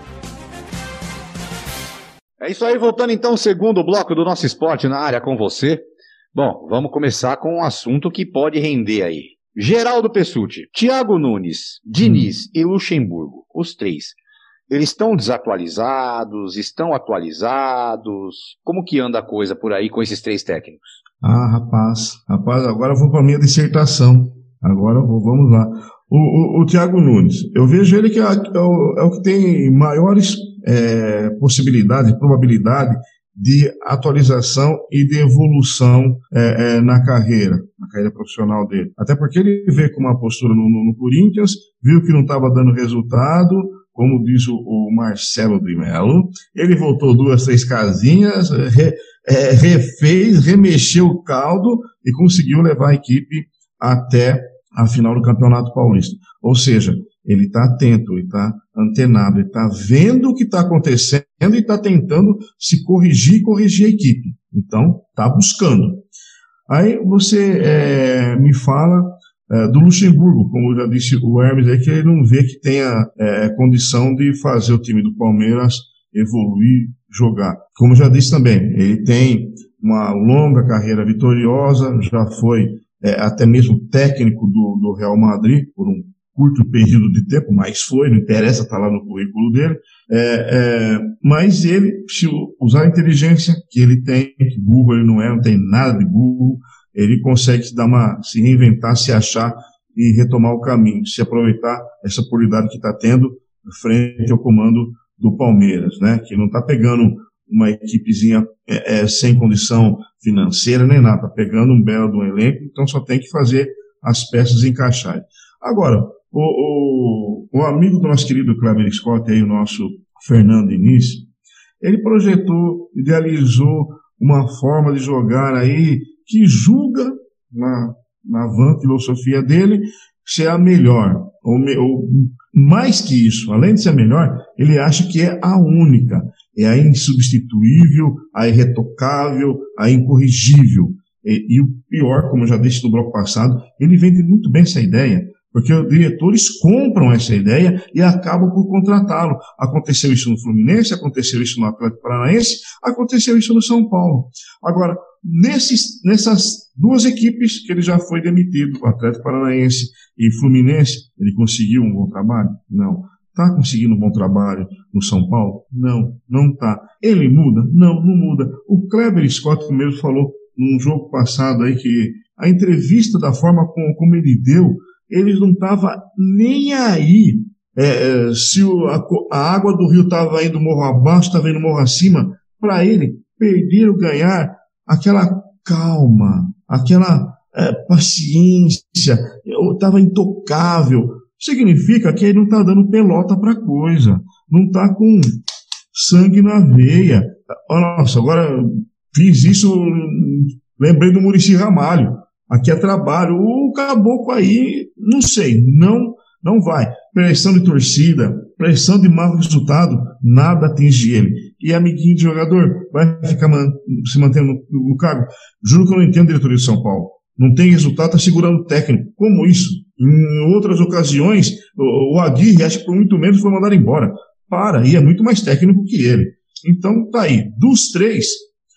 É isso aí, voltando então ao segundo bloco do nosso Esporte na Área com você. Bom, vamos começar com um assunto que pode render aí. Geraldo Pessutti, Thiago Nunes, Diniz hum. e Luxemburgo, os três, eles estão desatualizados, estão atualizados? Como que anda a coisa por aí com esses três técnicos? Ah, rapaz, rapaz, agora eu vou para a minha dissertação, agora eu vou, vamos lá. O, o, o Thiago Nunes, eu vejo ele que é, é, o, é o que tem maiores é, possibilidades, probabilidade de atualização e de evolução é, é, na carreira, na carreira profissional dele. Até porque ele veio com uma postura no, no, no Corinthians, viu que não estava dando resultado, como diz o, o Marcelo de Mello, ele voltou duas, três casinhas, re, é, refez, remexeu o caldo e conseguiu levar a equipe até a final do Campeonato Paulista. Ou seja, ele está atento, ele está antenado, ele está vendo o que está acontecendo e está tentando se corrigir e corrigir a equipe. Então, está buscando. Aí você é, me fala é, do Luxemburgo, como já disse o Hermes, é que ele não vê que tenha é, condição de fazer o time do Palmeiras evoluir, jogar. Como já disse também, ele tem uma longa carreira vitoriosa, já foi é, até mesmo técnico do, do Real Madrid por um curto período de tempo, mas foi, não interessa, está lá no currículo dele, é, é, mas ele, se usar a inteligência que ele tem, que burro ele não é, não tem nada de burro, ele consegue se, dar uma, se reinventar, se achar e retomar o caminho, se aproveitar essa oportunidade que está tendo frente ao comando do Palmeiras, né, que não está pegando uma equipezinha é, é, sem condição financeira nem nada, está pegando um belo do elenco, então só tem que fazer as peças encaixarem. Agora, o, o, o amigo do nosso querido Kleber Scott, aí, o nosso Fernando Diniz, ele projetou, idealizou uma forma de jogar aí que julga, na, na van filosofia dele, ser a melhor. Ou, ou mais que isso, além de ser a melhor, ele acha que é a única, é a insubstituível, a irretocável, a incorrigível. E, e o pior, como eu já disse no bloco passado, ele vende muito bem essa ideia, porque os diretores compram essa ideia e acabam por contratá-lo. Aconteceu isso no Fluminense, aconteceu isso no Atlético Paranaense, aconteceu isso no São Paulo. Agora, nesses, nessas duas equipes que ele já foi demitido, o Atlético Paranaense e Fluminense, ele conseguiu um bom trabalho? Não. Está conseguindo um bom trabalho no São Paulo? Não, não está. Ele muda? Não, não muda. O Kleber Scott mesmo falou num jogo passado aí que a entrevista da forma como, como ele deu, eles não estavam nem aí é, se o, a, a água do rio estava indo morro abaixo, estava indo morro acima. Para ele, perder ou ganhar, aquela calma, aquela é, paciência, estava intocável. Significa que ele não está dando pelota para coisa, não está com sangue na veia. Nossa, agora fiz isso, lembrei do Muricy Ramalho. Aqui é trabalho. O caboclo aí, não sei, não, não vai. Pressão de torcida, pressão de mau resultado, nada atinge ele. E amiguinho de jogador vai ficar man, se mantendo no, no cargo. Juro que eu não entendo a diretoria de São Paulo. Não tem resultado, está segurando o técnico. Como isso? Em outras ocasiões, o, o Aguirre, acho que por muito menos, foi mandado embora. Para, e é muito mais técnico que ele. Então, tá aí. Dos três,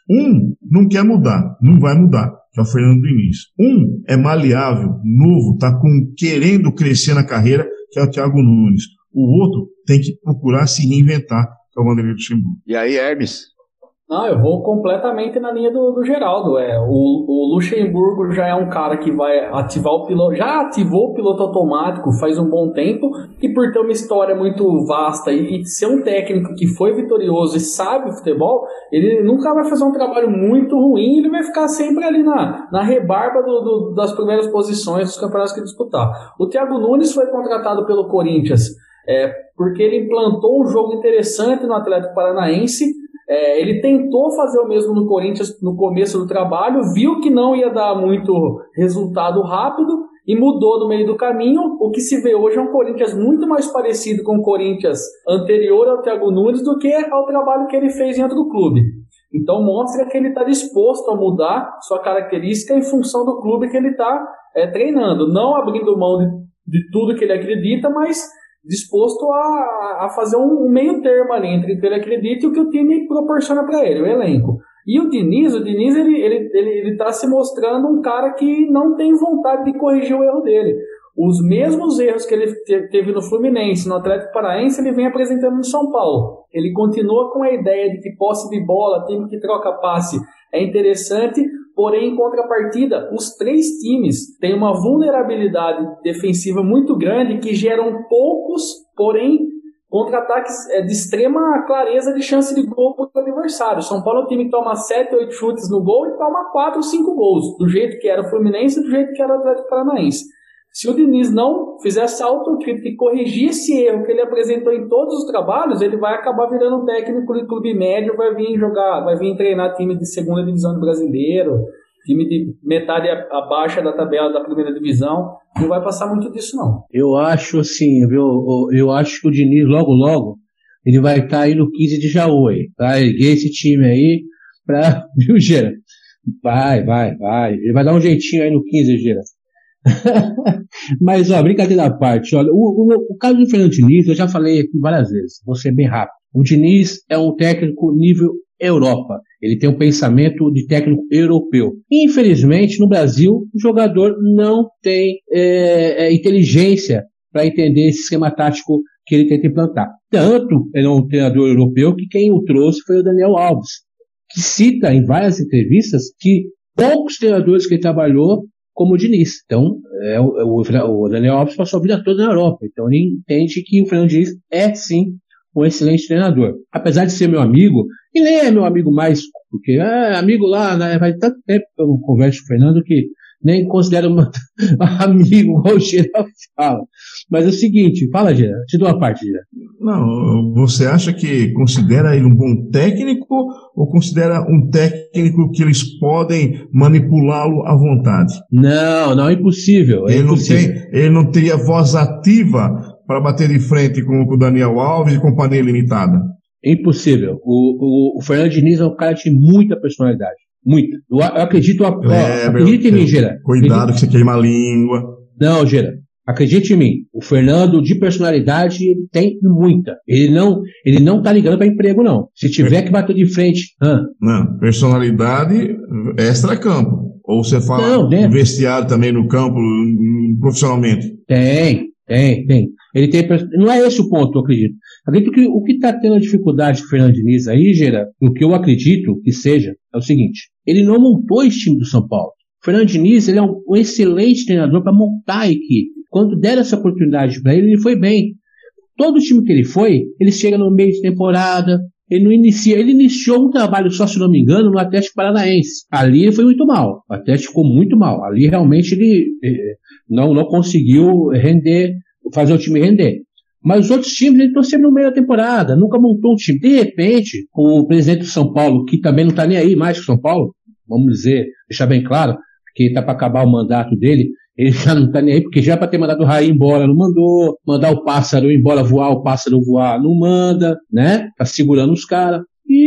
um não quer mudar, não vai mudar, que é o Fernando Diniz. Um é maleável, novo, está querendo crescer na carreira, que é o Thiago Nunes. O outro tem que procurar se reinventar, que é o Vanderlei Luxemburgo. E aí, Hermes? Não, eu vou completamente na linha do, do Geraldo. É, o, o Luxemburgo já é um cara que vai ativar o piloto, já ativou o piloto automático faz um bom tempo, e por ter uma história muito vasta e, e ser um técnico que foi vitorioso e sabe futebol, ele nunca vai fazer um trabalho muito ruim, ele vai ficar sempre ali na, na rebarba do, do, das primeiras posições dos campeonatos que disputar. O Thiago Nunes foi contratado pelo Corinthians é, porque ele implantou um jogo interessante no Atlético Paranaense. É, ele tentou fazer o mesmo no Corinthians no começo do trabalho, viu que não ia dar muito resultado rápido e mudou no meio do caminho. O que se vê hoje é um Corinthians muito mais parecido com o Corinthians anterior ao Thiago Nunes do que ao trabalho que ele fez dentro do clube. Então mostra que ele está disposto a mudar sua característica em função do clube que ele está é, treinando, não abrindo mão de, de tudo que ele acredita, mas disposto a, a fazer um meio termo ali entre o que ele acredita e o que o time proporciona para ele, o elenco. E o Diniz, o Diniz ele, ele, ele, ele tá se mostrando um cara que não tem vontade de corrigir o erro dele. Os mesmos erros que ele teve no Fluminense, no Atlético Paranaense, ele vem apresentando no São Paulo. Ele continua com a ideia de que posse de bola, time que troca passe é interessante, porém, em contrapartida, os três times têm uma vulnerabilidade defensiva muito grande que geram poucos, porém, contra-ataques de extrema clareza de chance de gol para o adversário. São Paulo é um time que toma sete, oito chutes no gol e toma quatro, cinco gols, do jeito que era o Fluminense e do jeito que era o Atlético Paranaense. Se o Diniz não fizer essa autocrítica e corrigir esse erro que ele apresentou em todos os trabalhos, ele vai acabar virando um técnico de clube médio, vai vir jogar, vai vir treinar time de segunda divisão do brasileiro, time de metade abaixo da tabela da primeira divisão. Não vai passar muito disso, não. Eu acho assim, viu? Eu acho que o Diniz logo, logo, ele vai estar aí no quinze de Jaú, aí, tá? Erguer esse time aí pra... Viu, Gera? Vai, vai, vai. Ele vai dar um jeitinho aí no quinze, Gera. Mas, ó, brincadeira à parte, olha, o, o, o caso do Fernando Diniz, eu já falei aqui várias vezes, vou ser bem rápido. O Diniz é um técnico nível Europa, ele tem um pensamento de técnico europeu. Infelizmente, no Brasil, o jogador não tem é, é, inteligência para entender esse esquema tático que ele tenta implantar. Tanto ele é um treinador europeu que quem o trouxe foi o Daniel Alves, que cita em várias entrevistas que poucos treinadores que ele trabalhou como o Diniz. Então, é, o, o Daniel Alves passou a vida toda na Europa. Então, ele entende que o Fernando Diniz é, sim, um excelente treinador. Apesar de ser meu amigo, e nem é meu amigo mais, porque é amigo lá, né, faz tanto tempo que eu não converso com o Fernando que nem considero um amigo, igual o Gera fala. Mas é o seguinte, fala, Gera, te dou uma parte, Gera. Não, você acha que considera ele um bom técnico ou considera um técnico que eles podem manipulá-lo à vontade? Não, não, é impossível. É ele, impossível. Não tem, ele não teria voz ativa para bater de frente com o Daniel Alves e Companhia Limitada? É impossível. O, o, o Fernando Diniz é um cara de muita personalidade. Muita. Eu, eu acredito, ó, é, acredite meu, em mim, Gera. Cuidado que você queima a língua. Não, Gera. Acredite em mim, o Fernando, de personalidade, ele tem muita. Ele não, ele não tá ligando para emprego, não. Se tiver que bater de frente... Ah. Não, personalidade extra-campo. Ou você fala não, né? Vestiário também no campo, profissionalmente? Tem, tem, tem. Ele tem. Não é esse o ponto, eu acredito. Acredito que o que está tendo a dificuldade com o Fernando Diniz aí, Gera, o que eu acredito que seja, é o seguinte: ele não montou esse time do São Paulo. O Fernando Diniz, ele é um, um excelente treinador para montar a equipe. Quando deram essa oportunidade para ele, ele foi bem. Todo time que ele foi, ele chega no meio de temporada, ele não inicia, ele iniciou um trabalho, só se não me engano, no Atlético Paranaense. Ali ele foi muito mal. O Atlético ficou muito mal. Ali realmente ele eh, não, não conseguiu render, fazer o time render. Mas os outros times, ele estão sempre no meio da temporada, nunca montou um time. De repente, o presidente do São Paulo, que também não está nem aí mais com o São Paulo, vamos dizer, deixar bem claro, porque está para acabar o mandato dele, ele já não está nem aí, porque já é para ter mandado o Raí embora, não mandou, mandar o pássaro embora voar, o pássaro voar, não manda, né? Tá segurando os caras.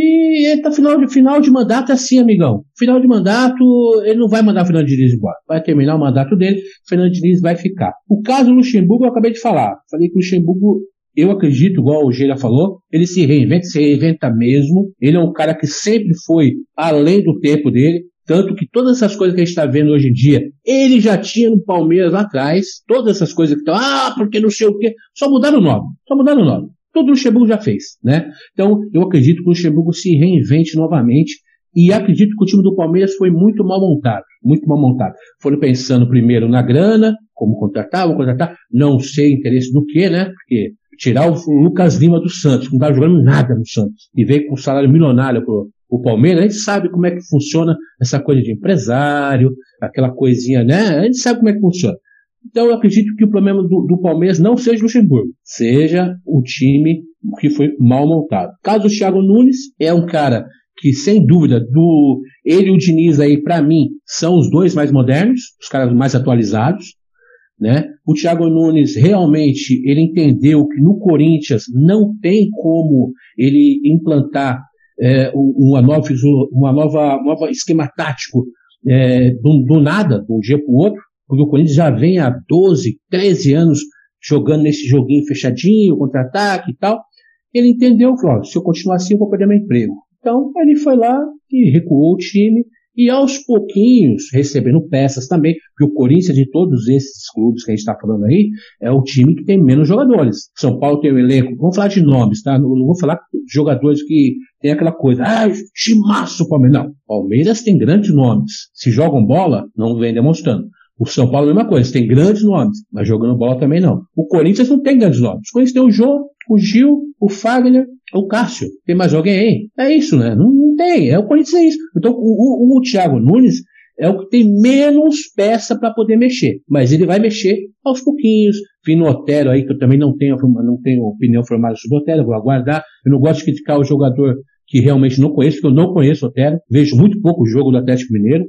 E ele tá final de, final de mandato é assim, amigão. Final de mandato, ele não vai mandar o Fernando Diniz embora. Vai terminar o mandato dele, o Fernando Diniz vai ficar. O caso Luxemburgo, eu acabei de falar. Falei que o Luxemburgo, eu acredito, igual o Gera falou, ele se reinventa, se reinventa mesmo. Ele é um cara que sempre foi além do tempo dele. Tanto que todas essas coisas que a gente está vendo hoje em dia, ele já tinha no Palmeiras lá atrás. Todas essas coisas que estão, ah, porque não sei o quê. Só mudaram o nome. Só mudaram o nome. Todo o Luxemburgo já fez, né? Então, eu acredito que o Luxemburgo se reinvente novamente e acredito que o time do Palmeiras foi muito mal montado, muito mal montado. Foram pensando primeiro na grana, como contratar, vou contratar, não sei interesse do que, né? Porque tirar o Lucas Lima do Santos, que não estava jogando nada no Santos, e veio com um salário milionário pro o Palmeiras, a gente sabe como é que funciona essa coisa de empresário, aquela coisinha, né? A gente sabe como é que funciona. Então eu acredito que o problema do, do Palmeiras não seja o Luxemburgo, seja o time que foi mal montado. O caso do Thiago Nunes é um cara que, sem dúvida, do, ele e o Diniz aí, para mim, são os dois mais modernos, os caras mais atualizados, né? O Thiago Nunes realmente, ele entendeu que no Corinthians não tem como ele implantar é, uma nova, uma nova, nova esquema tático é, do, do nada, de um dia para o outro, porque o Corinthians já vem há doze, treze anos jogando nesse joguinho fechadinho, contra-ataque e tal. Ele entendeu, falou, se eu continuar assim eu vou perder meu emprego. Então ele foi lá e recuou o time e aos pouquinhos, recebendo peças também, porque o Corinthians, de todos esses clubes que a gente está falando aí, é o time que tem menos jogadores. São Paulo tem um elenco, vamos falar de nomes, tá? Não, não vou falar de jogadores que tem aquela coisa, ah, timaço Palmeiras. Não, Palmeiras tem grandes nomes. Se jogam bola, não vem demonstrando. O São Paulo é a mesma coisa, tem grandes nomes, mas jogando bola também não. O Corinthians não tem grandes nomes. O Corinthians tem o Jô, o Gil, o Fagner, o Cássio. Tem mais alguém aí? É isso, né? Não, não tem. É o Corinthians é isso. Então, o, o, o Thiago Nunes, é o que tem menos peça para poder mexer, mas ele vai mexer aos pouquinhos. Vim no Otero aí, que eu também não tenho, não tenho opinião formada sobre o Otero, vou aguardar. Eu não gosto de criticar o jogador que realmente não conheço, porque eu não conheço o Otero, vejo muito pouco o jogo do Atlético Mineiro.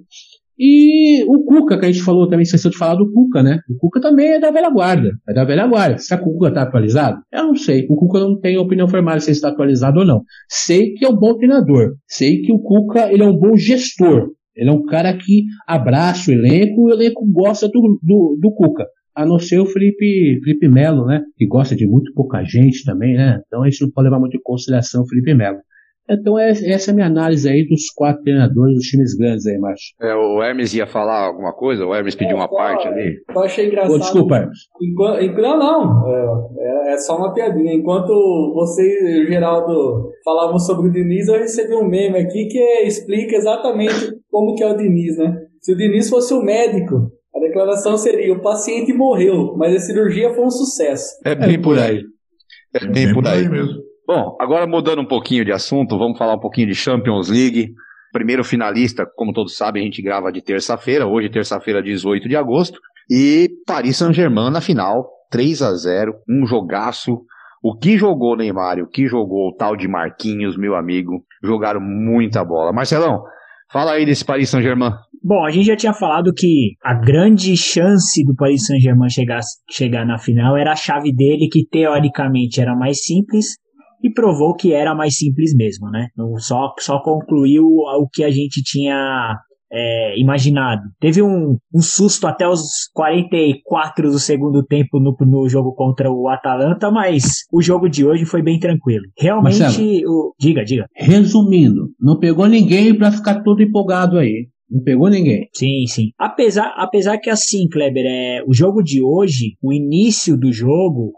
E o Cuca, que a gente falou também, esqueceu de falar do Cuca, né? O Cuca também é da velha guarda, é da velha guarda. Será que o Cuca está atualizado? Eu não sei, o Cuca não tem opinião formada se ele está atualizado ou não. Sei que é um bom treinador, sei que o Cuca ele é um bom gestor, ele é um cara que abraça o elenco e o elenco gosta do, do, do Cuca. A não ser o Felipe, Felipe Melo, né? Que gosta de muito pouca gente também, né? Então a gente não pode levar muito em consideração o Felipe Melo. Então é, essa é a minha análise aí dos quatro treinadores dos times grandes aí, Márcio. É, o Hermes ia falar alguma coisa? O Hermes pediu uma só, parte ali? Eu achei engraçado. Oh, desculpa, Hermes. Enquanto, não, não. É, é só uma piadinha. Enquanto você e o Geraldo falavam sobre o Diniz, eu recebi um meme aqui que explica exatamente como que é o Diniz, né? Se o Diniz fosse o médico, a declaração seria: o paciente morreu, mas a cirurgia foi um sucesso. É bem é por aí. É bem, é bem por aí. por aí mesmo. Bom, agora mudando um pouquinho de assunto, vamos falar um pouquinho de Champions League. Primeiro finalista, como todos sabem, a gente grava de terça-feira, hoje terça-feira, dezoito de agosto, e Paris Saint-Germain na final, três a zero, um jogaço. O que jogou Neymar, o que jogou o tal de Marquinhos, meu amigo, jogaram muita bola. Marcelão, fala aí desse Paris Saint-Germain. Bom, a gente já tinha falado que a grande chance do Paris Saint-Germain chegar, chegar na final era a chave dele, que teoricamente era mais simples, e provou que era mais simples mesmo, né? Só, só concluiu o que a gente tinha é, imaginado. Teve um, um susto até os quarenta e quatro do segundo tempo no, no jogo contra o Atalanta, mas o jogo de hoje foi bem tranquilo. Realmente, Marcelo, o... diga, diga. Resumindo, não pegou ninguém pra ficar todo empolgado aí. Não pegou ninguém. Sim, sim. Apesar, apesar que assim, Kleber, é, o jogo de hoje, o início do jogo,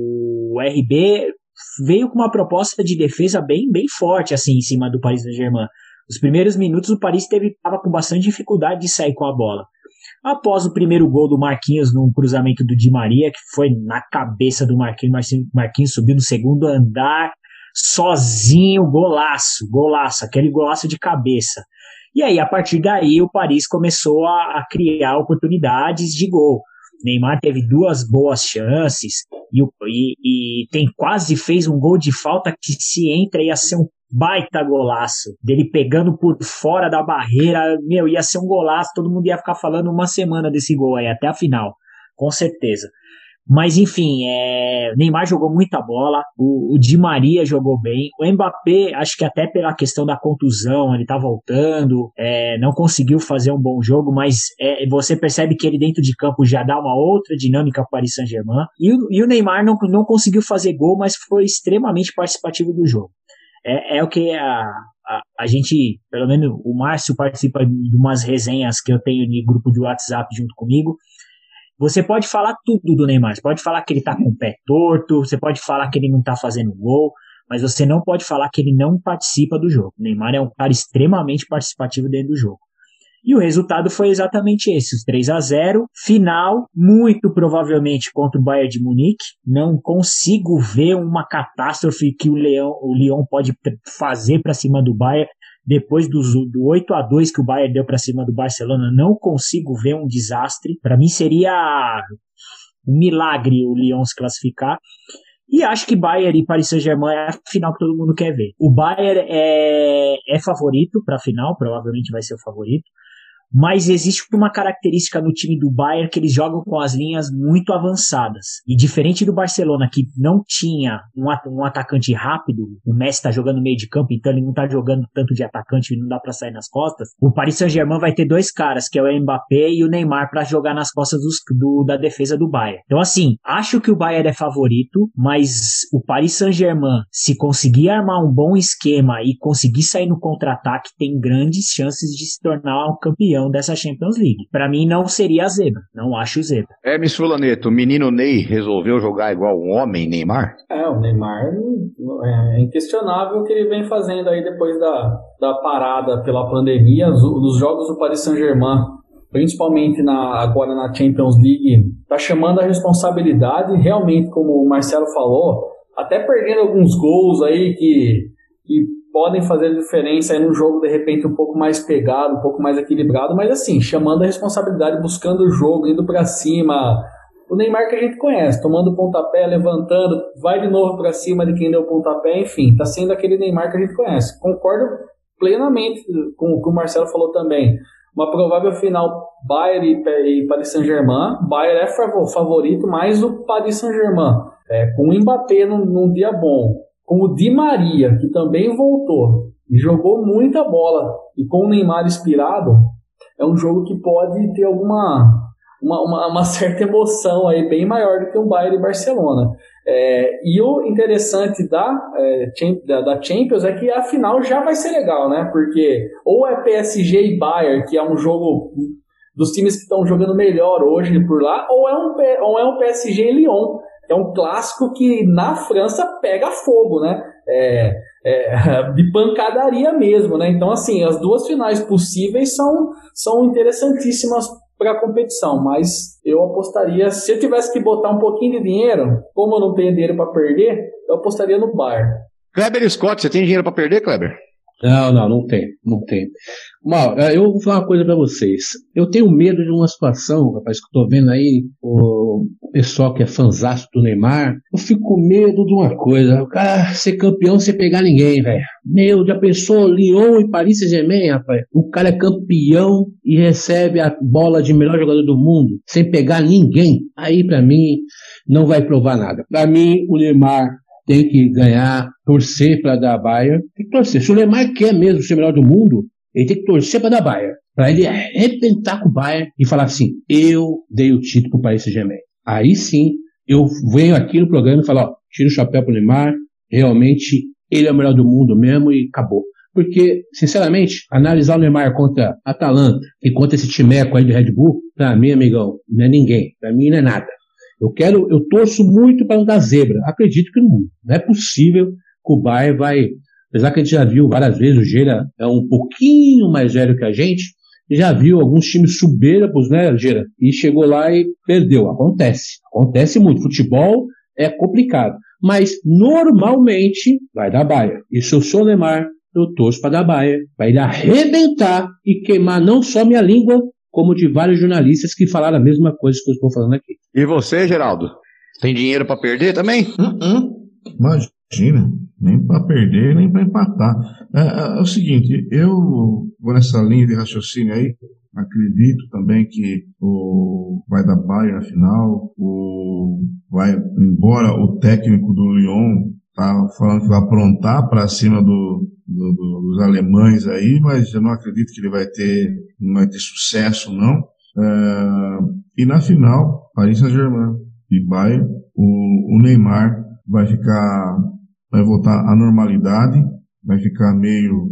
o R B veio com uma proposta de defesa bem, bem forte assim em cima do Paris Saint-Germain. Os primeiros minutos o Paris estava com bastante dificuldade de sair com a bola. Após o primeiro gol do Marquinhos num cruzamento do Di Maria, que foi na cabeça do Marquinhos, Marquinhos subiu no segundo andar sozinho, golaço, golaço, aquele golaço de cabeça. E aí, a partir daí, o Paris começou a, a criar oportunidades de gol. Neymar teve duas boas chances e, e, e tem quase fez um gol de falta que, se entra, ia ser um baita golaço. Dele pegando por fora da barreira, meu, ia ser um golaço, todo mundo ia ficar falando uma semana desse gol aí, até a final, com certeza. Mas enfim, é, Neymar jogou muita bola, o, o Di Maria jogou bem, o Mbappé, acho que até pela questão da contusão, ele tá voltando, é, não conseguiu fazer um bom jogo, mas é, você percebe que ele dentro de campo já dá uma outra dinâmica para o Paris Saint-Germain, e, e o Neymar não, não conseguiu fazer gol, mas foi extremamente participativo do jogo. É, é o que a, a, a gente, pelo menos o Márcio participa de umas resenhas que eu tenho de grupo de WhatsApp junto comigo. Você pode falar tudo do Neymar, você pode falar que ele tá com o pé torto, você pode falar que ele não tá fazendo gol, mas você não pode falar que ele não participa do jogo. O Neymar é um cara extremamente participativo dentro do jogo. E o resultado foi exatamente esse, os três a zero, final, muito provavelmente contra o Bayern de Munique. Não consigo ver uma catástrofe que o Leão, o Lyon pode fazer para cima do Bayern. Depois do, do oito a dois que o Bayern deu para cima do Barcelona, não consigo ver um desastre. Para mim seria um milagre o Lyon se classificar. E acho que Bayern e Paris Saint-Germain é a final que todo mundo quer ver. O Bayern é, é favorito para a final, provavelmente vai ser o favorito. Mas existe uma característica no time do Bayern que eles jogam com as linhas muito avançadas. E diferente do Barcelona, que não tinha um, at- um atacante rápido, o Messi está jogando no meio de campo, então ele não está jogando tanto de atacante e não dá para sair nas costas. O Paris Saint-Germain vai ter dois caras, que é o Mbappé e o Neymar, para jogar nas costas dos, do, da defesa do Bayern. Então assim, acho que o Bayern é favorito, mas o Paris Saint-Germain, se conseguir armar um bom esquema e conseguir sair no contra-ataque, tem grandes chances de se tornar um campeão dessa Champions League. Pra mim não seria a zebra, não acho zebra. Hermes Fulaneto, o menino Ney resolveu jogar igual um homem, Neymar? É, o Neymar é inquestionável o que ele vem fazendo aí depois da, da parada pela pandemia. Os jogos do Paris Saint-Germain, principalmente na, agora na Champions League, tá chamando a responsabilidade, realmente, como o Marcelo falou, até perdendo alguns gols aí que, que podem fazer diferença aí num jogo, de repente, um pouco mais pegado, um pouco mais equilibrado, mas assim, chamando a responsabilidade, buscando o jogo, indo para cima. O Neymar que a gente conhece, tomando pontapé, levantando, vai de novo para cima de quem deu o pontapé, enfim, tá sendo aquele Neymar que a gente conhece. Concordo plenamente com o que o Marcelo falou também. Uma provável final Bayern e Paris Saint-Germain. Bayern é favorito, mais o Paris Saint-Germain. É, com o Mbappé num, num dia bom, com o Di Maria, que também voltou e jogou muita bola, e com o Neymar inspirado, é um jogo que pode ter alguma uma, uma, uma certa emoção aí, bem maior do que um Bayern e Barcelona. É, e o interessante da, é, da, da Champions é que a final já vai ser legal, né? Porque ou é P S G e Bayern, que é um jogo dos times que estão jogando melhor hoje por lá, ou é um, ou é um P S G e Lyon, que é um clássico que na França pega fogo, né? É, é, de pancadaria mesmo, né? Então, assim, as duas finais possíveis são, são interessantíssimas para a competição, mas eu apostaria, se eu tivesse que botar um pouquinho de dinheiro, como eu não tenho dinheiro para perder, eu apostaria no Bayern. Kleber Scott, você tem dinheiro para perder, Kleber? Não, não, não tem, não tem. Mal, eu vou falar uma coisa pra vocês. Eu tenho medo de uma situação, rapaz, que eu tô vendo aí, o pessoal que é fanzaço do Neymar, eu fico com medo de uma coisa, o cara ser campeão sem pegar ninguém, velho. Meu, já pensou Lyon e Paris Saint-Germain, rapaz? O cara é campeão e recebe a bola de melhor jogador do mundo sem pegar ninguém. Aí, pra mim, não vai provar nada. Pra mim, o Neymar tem que ganhar, torcer para dar Bayern. Tem que torcer. Se o Neymar quer mesmo ser o melhor do mundo, ele tem que torcer para dar Bayern. Para ele arrebentar com o Bayern e falar assim, eu dei o título para o Paris Saint-Germain. Aí sim, eu venho aqui no programa e falo, ó, tira o chapéu para o Neymar, realmente ele é o melhor do mundo mesmo e acabou. Porque, sinceramente, analisar o Neymar contra a Atalanta e contra esse timeco aí do Red Bull, para mim, amigão, não é ninguém. Para mim não é nada. Eu quero, eu torço muito para não dar zebra. Acredito que não, não é possível que o Bayern vai, apesar que a gente já viu várias vezes, o Gera é um pouquinho mais velho que a gente, já viu alguns times soberbos, né, Gera? E chegou lá e perdeu. Acontece, acontece muito. Futebol é complicado, mas normalmente vai dar Bayern. E se eu sou o Neymar, eu torço para dar Bayern, para ele arrebentar e queimar não só minha língua, como de vários jornalistas que falaram a mesma coisa que eu estou falando aqui. E você, Geraldo? Tem dinheiro para perder também? Uh-uh. Imagina, nem para perder, nem para empatar. É, é, é o seguinte, eu vou nessa linha de raciocínio aí, acredito também que o vai dar Bayern na final, o vai, embora o técnico do Lyon tá falando que vai aprontar para cima do, do, do, dos alemães aí, mas eu não acredito que ele vai ter, não vai ter sucesso, não. É, e na final, Paris Saint-Germain e Bayern, o, o Neymar vai ficar, vai voltar à normalidade, vai ficar meio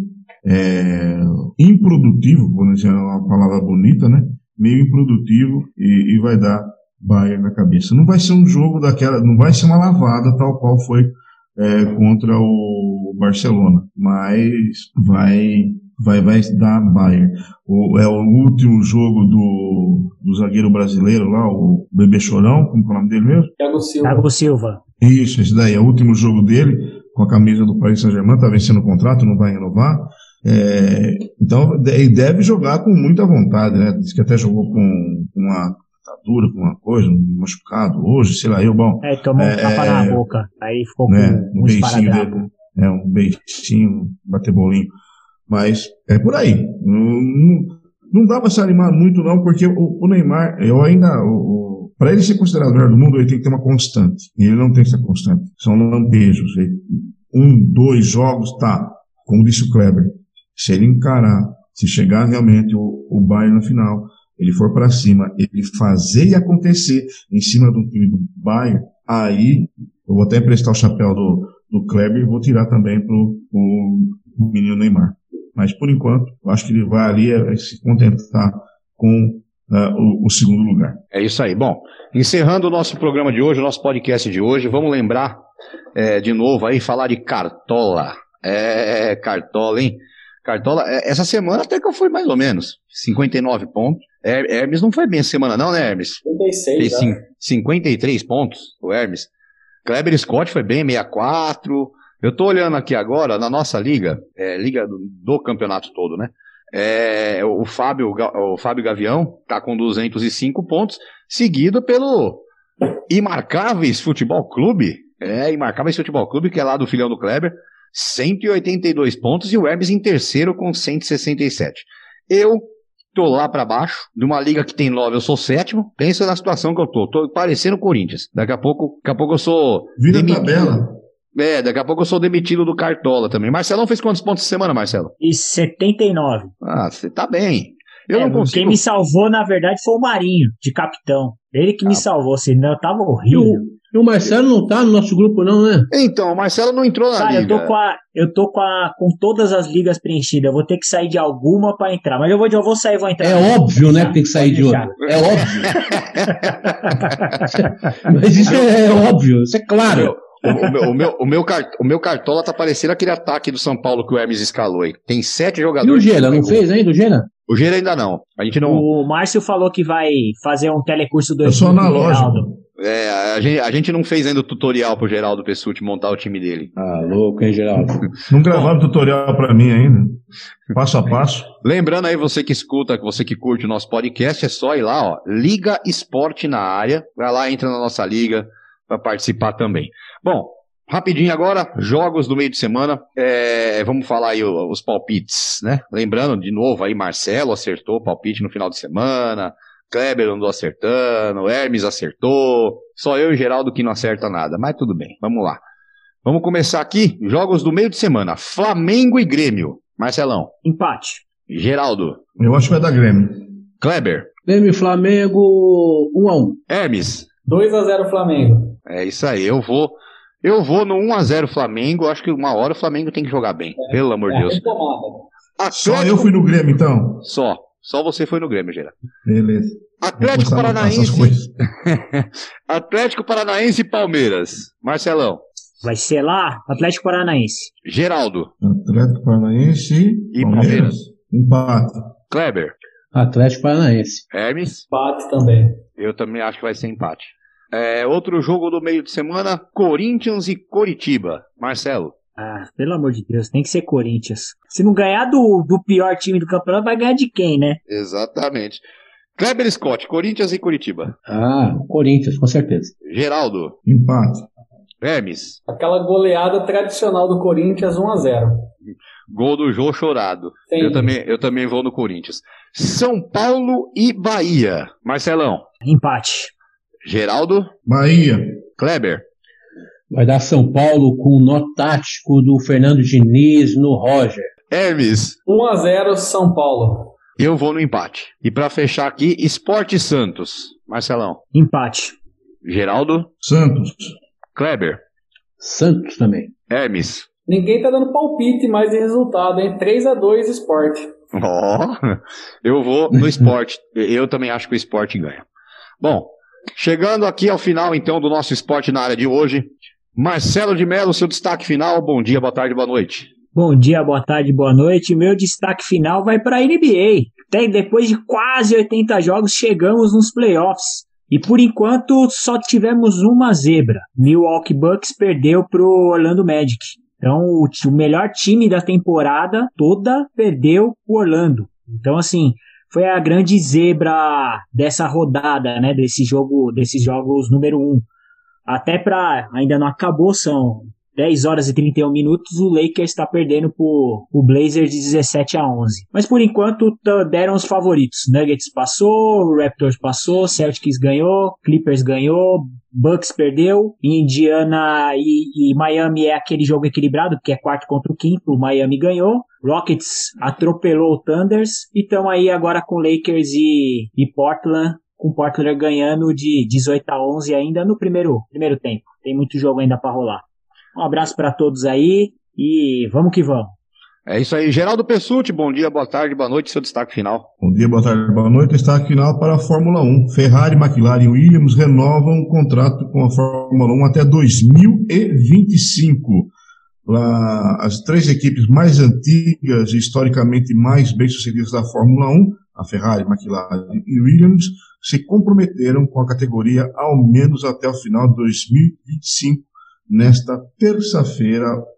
é, improdutivo, vou dizer uma palavra bonita, né? Meio improdutivo e, e vai dar Bayern na cabeça. Não vai ser um jogo daquela, não vai ser uma lavada tal qual foi É, contra o Barcelona, mas vai, vai, vai dar Bayern. O, é o último jogo do, do zagueiro brasileiro lá, o Bebê Chorão, como é o nome dele mesmo? Thiago Silva. Thiago Silva. Isso, esse daí é o último jogo dele, com a camisa do Paris Saint-Germain, tá vencendo o contrato, não vai renovar. É, então, ele deve jogar com muita vontade, né? Diz que até jogou com uma dura, com uma coisa, um machucado hoje, sei lá, eu, bom... É, tomou um tapa na boca, aí ficou né, com um, um esparadrapo. É, um beijinho, bater bolinho. Mas é por aí. Não, não, não dá pra se animar muito, não, porque o, o Neymar, eu ainda... O, o, pra ele ser considerado o melhor do mundo, ele tem que ter uma constante. E ele não tem essa constante. São lampejos. Ele, um, dois jogos, tá. Como disse o Kleber, se ele encarar, se chegar realmente o, o Bayern na final, ele for para cima, ele fazer e acontecer em cima do time do Bayern, aí eu vou até emprestar o chapéu do, do Kleber e vou tirar também pro, pro menino Neymar. Mas por enquanto, eu acho que ele vai ali é, se contentar com uh, o, o segundo lugar. É isso aí. Bom, encerrando o nosso programa de hoje, o nosso podcast de hoje, vamos lembrar é, de novo aí, falar de Cartola. É, Cartola, hein? Cartola, essa semana até que eu fui mais ou menos, cinquenta e nove pontos. Her- Hermes não foi bem essa semana não, né, Hermes? cinquenta e seis, Fez né? cinquenta e três pontos, o Hermes. Kleber Scott foi bem, sessenta e quatro. Eu tô olhando aqui agora, na nossa liga, é, liga do, do campeonato todo, né? É, o, Fábio, o Fábio Gavião tá com duzentos e cinco pontos, seguido pelo Imarcáveis Futebol Clube. É, Imarcáveis Futebol Clube, que é lá do filhão do Kleber, cento e oitenta e dois pontos, e o Hermes em terceiro com cento e sessenta e sete. Eu tô lá pra baixo, de uma liga que tem nove, eu sou sétimo. Pensa na situação que eu tô, tô parecendo o Corinthians. Daqui a pouco, daqui a pouco eu sou... Vira tabela. É, daqui a pouco eu sou demitido do Cartola também. Marcelão fez quantos pontos essa semana, Marcelo? E setenta e nove. Ah, você tá bem. Eu é, não consigo... Quem me salvou, na verdade, foi o Marinho, de capitão. Ele que ah. me salvou, senão eu tava horrível. E o Marcelo não tá no nosso grupo não, né? Então, o Marcelo não entrou na Cara, liga. eu tô, com, a, eu tô com, a, com todas as ligas preenchidas. Eu vou ter que sair de alguma pra entrar. Mas eu vou, eu vou sair e vou entrar. É óbvio, né, que tem que sair de outra. É óbvio. Mas isso é, é óbvio, isso é claro. O, o, meu, o, meu, o, meu cart, o meu Cartola tá parecendo aquele ataque do São Paulo que o Hermes escalou aí. Tem sete jogadores. E o Gera, não fez ainda o Gera? O Gera ainda não. A gente não. O Márcio falou que vai fazer um telecurso do Eu sou analógico. É, a gente, a gente não fez ainda o tutorial pro Geraldo Pessutti montar o time dele. Ah, louco, hein, Geraldo? Não gravaram tutorial pra mim ainda. Passo a passo. Lembrando aí, você que escuta, você que curte o nosso podcast, é só ir lá, ó. Liga Esporte na Área. Vai lá, entra na nossa liga pra participar também. Bom, rapidinho agora, jogos do meio de semana. É, vamos falar aí os palpites, né? Lembrando, de novo, aí Marcelo acertou o palpite no final de semana. Kleber andou acertando, Hermes acertou, só eu e Geraldo que não acerta nada, mas tudo bem, vamos lá. Vamos começar aqui, jogos do meio de semana, Flamengo e Grêmio. Marcelão. Empate. Geraldo. Eu acho que vai dar Grêmio. Kleber. Grêmio e Flamengo, um a um. Hermes. dois a zero Flamengo. É isso aí, eu vou, eu vou no um a zero Flamengo, acho que uma hora o Flamengo tem que jogar bem, é, pelo amor de é, Deus. Só eu fui no Grêmio, então? Só. Só você foi no Grêmio, Geraldo. Beleza. Atlético Paranaense. Atlético Paranaense e Palmeiras. Marcelão. Vai ser lá, Atlético Paranaense. Geraldo. Atlético Paranaense e Palmeiras. Palmeiras. Empate. Kleber. Atlético Paranaense. Hermes. Empate também. Eu também acho que vai ser empate. É, outro jogo do meio de semana, Corinthians e Coritiba. Marcelo. Ah, pelo amor de Deus, tem que ser Corinthians. Se não ganhar do, do pior time do campeonato, vai ganhar de quem, né? Exatamente. Kleber Scott, Corinthians e Coritiba. Ah, Corinthians, com certeza. Geraldo. Empate. Hermes. Aquela goleada tradicional do Corinthians, um a zero. Gol do Jô chorado. Eu também, eu também vou no Corinthians. São Paulo e Bahia. Marcelão. Empate. Geraldo. Bahia. Kleber. Vai dar São Paulo com o nó tático do Fernando Diniz no Roger. Hermes. um a zero São Paulo. Eu vou no empate. E pra fechar aqui, Sport Santos. Marcelão. Empate. Geraldo. Santos. Kleber. Santos também. Hermes. Ninguém tá dando palpite mais de resultado, hein? três a dois Sport. Ó, oh, eu vou no Sport. Eu também acho que o Sport ganha. Bom, chegando aqui ao final então do nosso Esporte na Área de hoje. Marcelo de Mello, seu destaque final. Bom dia, boa tarde, boa noite. Bom dia, boa tarde, boa noite. Meu destaque final vai para a N B A. Até depois de quase oitenta jogos, chegamos nos playoffs. E por enquanto só tivemos uma zebra. Milwaukee Bucks perdeu para o Orlando Magic. Então o, o melhor time da temporada toda perdeu o Orlando. Então assim, foi a grande zebra dessa rodada, né? Desse jogo, desses jogos número um. Até para, ainda não acabou, são dez horas e trinta e um minutos, o Lakers está perdendo pro, pro Blazers de dezessete a onze. Mas por enquanto deram os favoritos. Nuggets passou, Raptors passou, Celtics ganhou, Clippers ganhou, Bucks perdeu, Indiana e, e Miami é aquele jogo equilibrado, porque é quarto contra o quinto, o Miami ganhou, Rockets atropelou o Thunders, e estão aí agora com Lakers e, e Portland, com Portland ganhando de dezoito a onze ainda no primeiro, primeiro tempo. Tem muito jogo ainda para rolar. Um abraço para todos aí e vamos que vamos. É isso aí. Geraldo Pessutti, bom dia, boa tarde, boa noite, seu destaque final. Bom dia, boa tarde, boa noite. Destaque final para a Fórmula um. Ferrari, McLaren e Williams renovam o contrato com a Fórmula um até dois mil e vinte e cinco. Lá, as três equipes mais antigas e historicamente mais bem-sucedidas da Fórmula um, a Ferrari, McLaren e Williams, se comprometeram com a categoria ao menos até o final de dois mil e vinte e cinco, nesta terça-feira,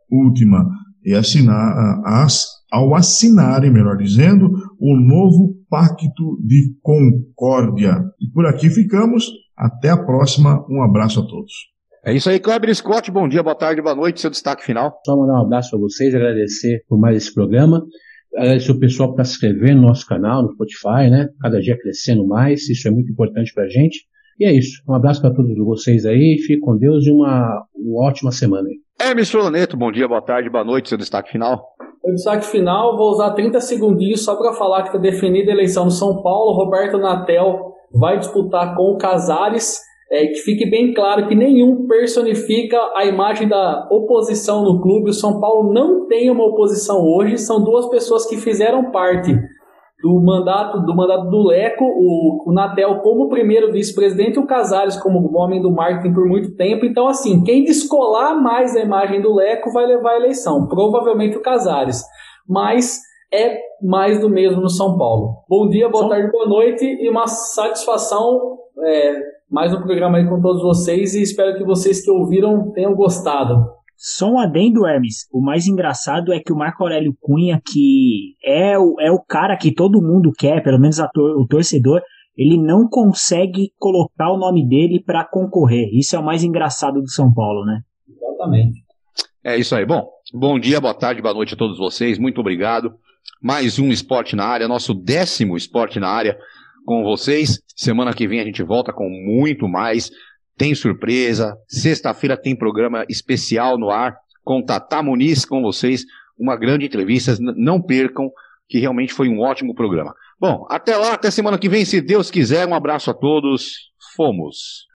última, e assinar, as, ao assinarem, melhor dizendo, o novo Pacto de Concórdia. E por aqui ficamos. Até a próxima. Um abraço a todos. É isso aí, Kleber Scott. Bom dia, boa tarde, boa noite. Seu destaque final. Só mandar um abraço para vocês, agradecer por mais esse programa. Agradecer o pessoal que está se inscrevendo no nosso canal, no Spotify, né? Cada dia crescendo mais. Isso é muito importante para a gente. E é isso. Um abraço para todos vocês aí. Fique com Deus e uma, uma ótima semana aí. Hermes Frulaneto, bom dia, boa tarde, boa noite. Seu destaque final. O destaque final, vou usar trinta segundinhos só para falar que está definida a eleição no São Paulo. Roberto Natel vai disputar com o Casares. É, que fique bem claro que nenhum personifica a imagem da oposição no clube. O São Paulo não tem uma oposição hoje. São duas pessoas que fizeram parte do mandato do, mandato do Leco, o, o Natel como primeiro vice-presidente e o Casares como homem do marketing por muito tempo. Então, assim, quem descolar mais a imagem do Leco vai levar a eleição. Provavelmente o Casares. Mas é mais do mesmo no São Paulo. Bom dia, boa São... tarde, boa noite e uma satisfação... É, mais um programa aí com todos vocês e espero que vocês que ouviram tenham gostado. Só um adendo, Hermes. O mais engraçado é que o Marco Aurélio Cunha, que é o, é o cara que todo mundo quer, pelo menos a tor- o torcedor, ele não consegue colocar o nome dele para concorrer. Isso é o mais engraçado do São Paulo, né? Exatamente. É isso aí. Bom, bom dia, boa tarde, boa noite a todos vocês. Muito obrigado. Mais um Esporte na Área, nosso décimo Esporte na Área com vocês. Semana que vem a gente volta com muito mais. Tem surpresa. Sexta-feira tem programa especial no ar com Tatá Muniz com vocês. Uma grande entrevista. Não percam, que realmente foi um ótimo programa. Bom, até lá, até semana que vem, se Deus quiser. Um abraço a todos. Fomos.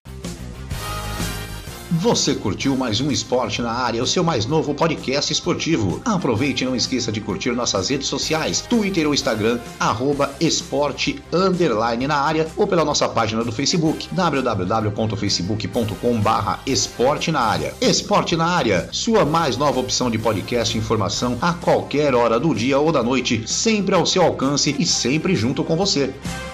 Você curtiu mais um Esporte na Área, o seu mais novo podcast esportivo. Aproveite e não esqueça de curtir nossas redes sociais, Twitter ou Instagram, arroba esporte underline na área, ou pela nossa página do Facebook, w w w ponto facebook ponto com barra esporte na área. Esporte na Área, sua mais nova opção de podcast e informação a qualquer hora do dia ou da noite, sempre ao seu alcance e sempre junto com você.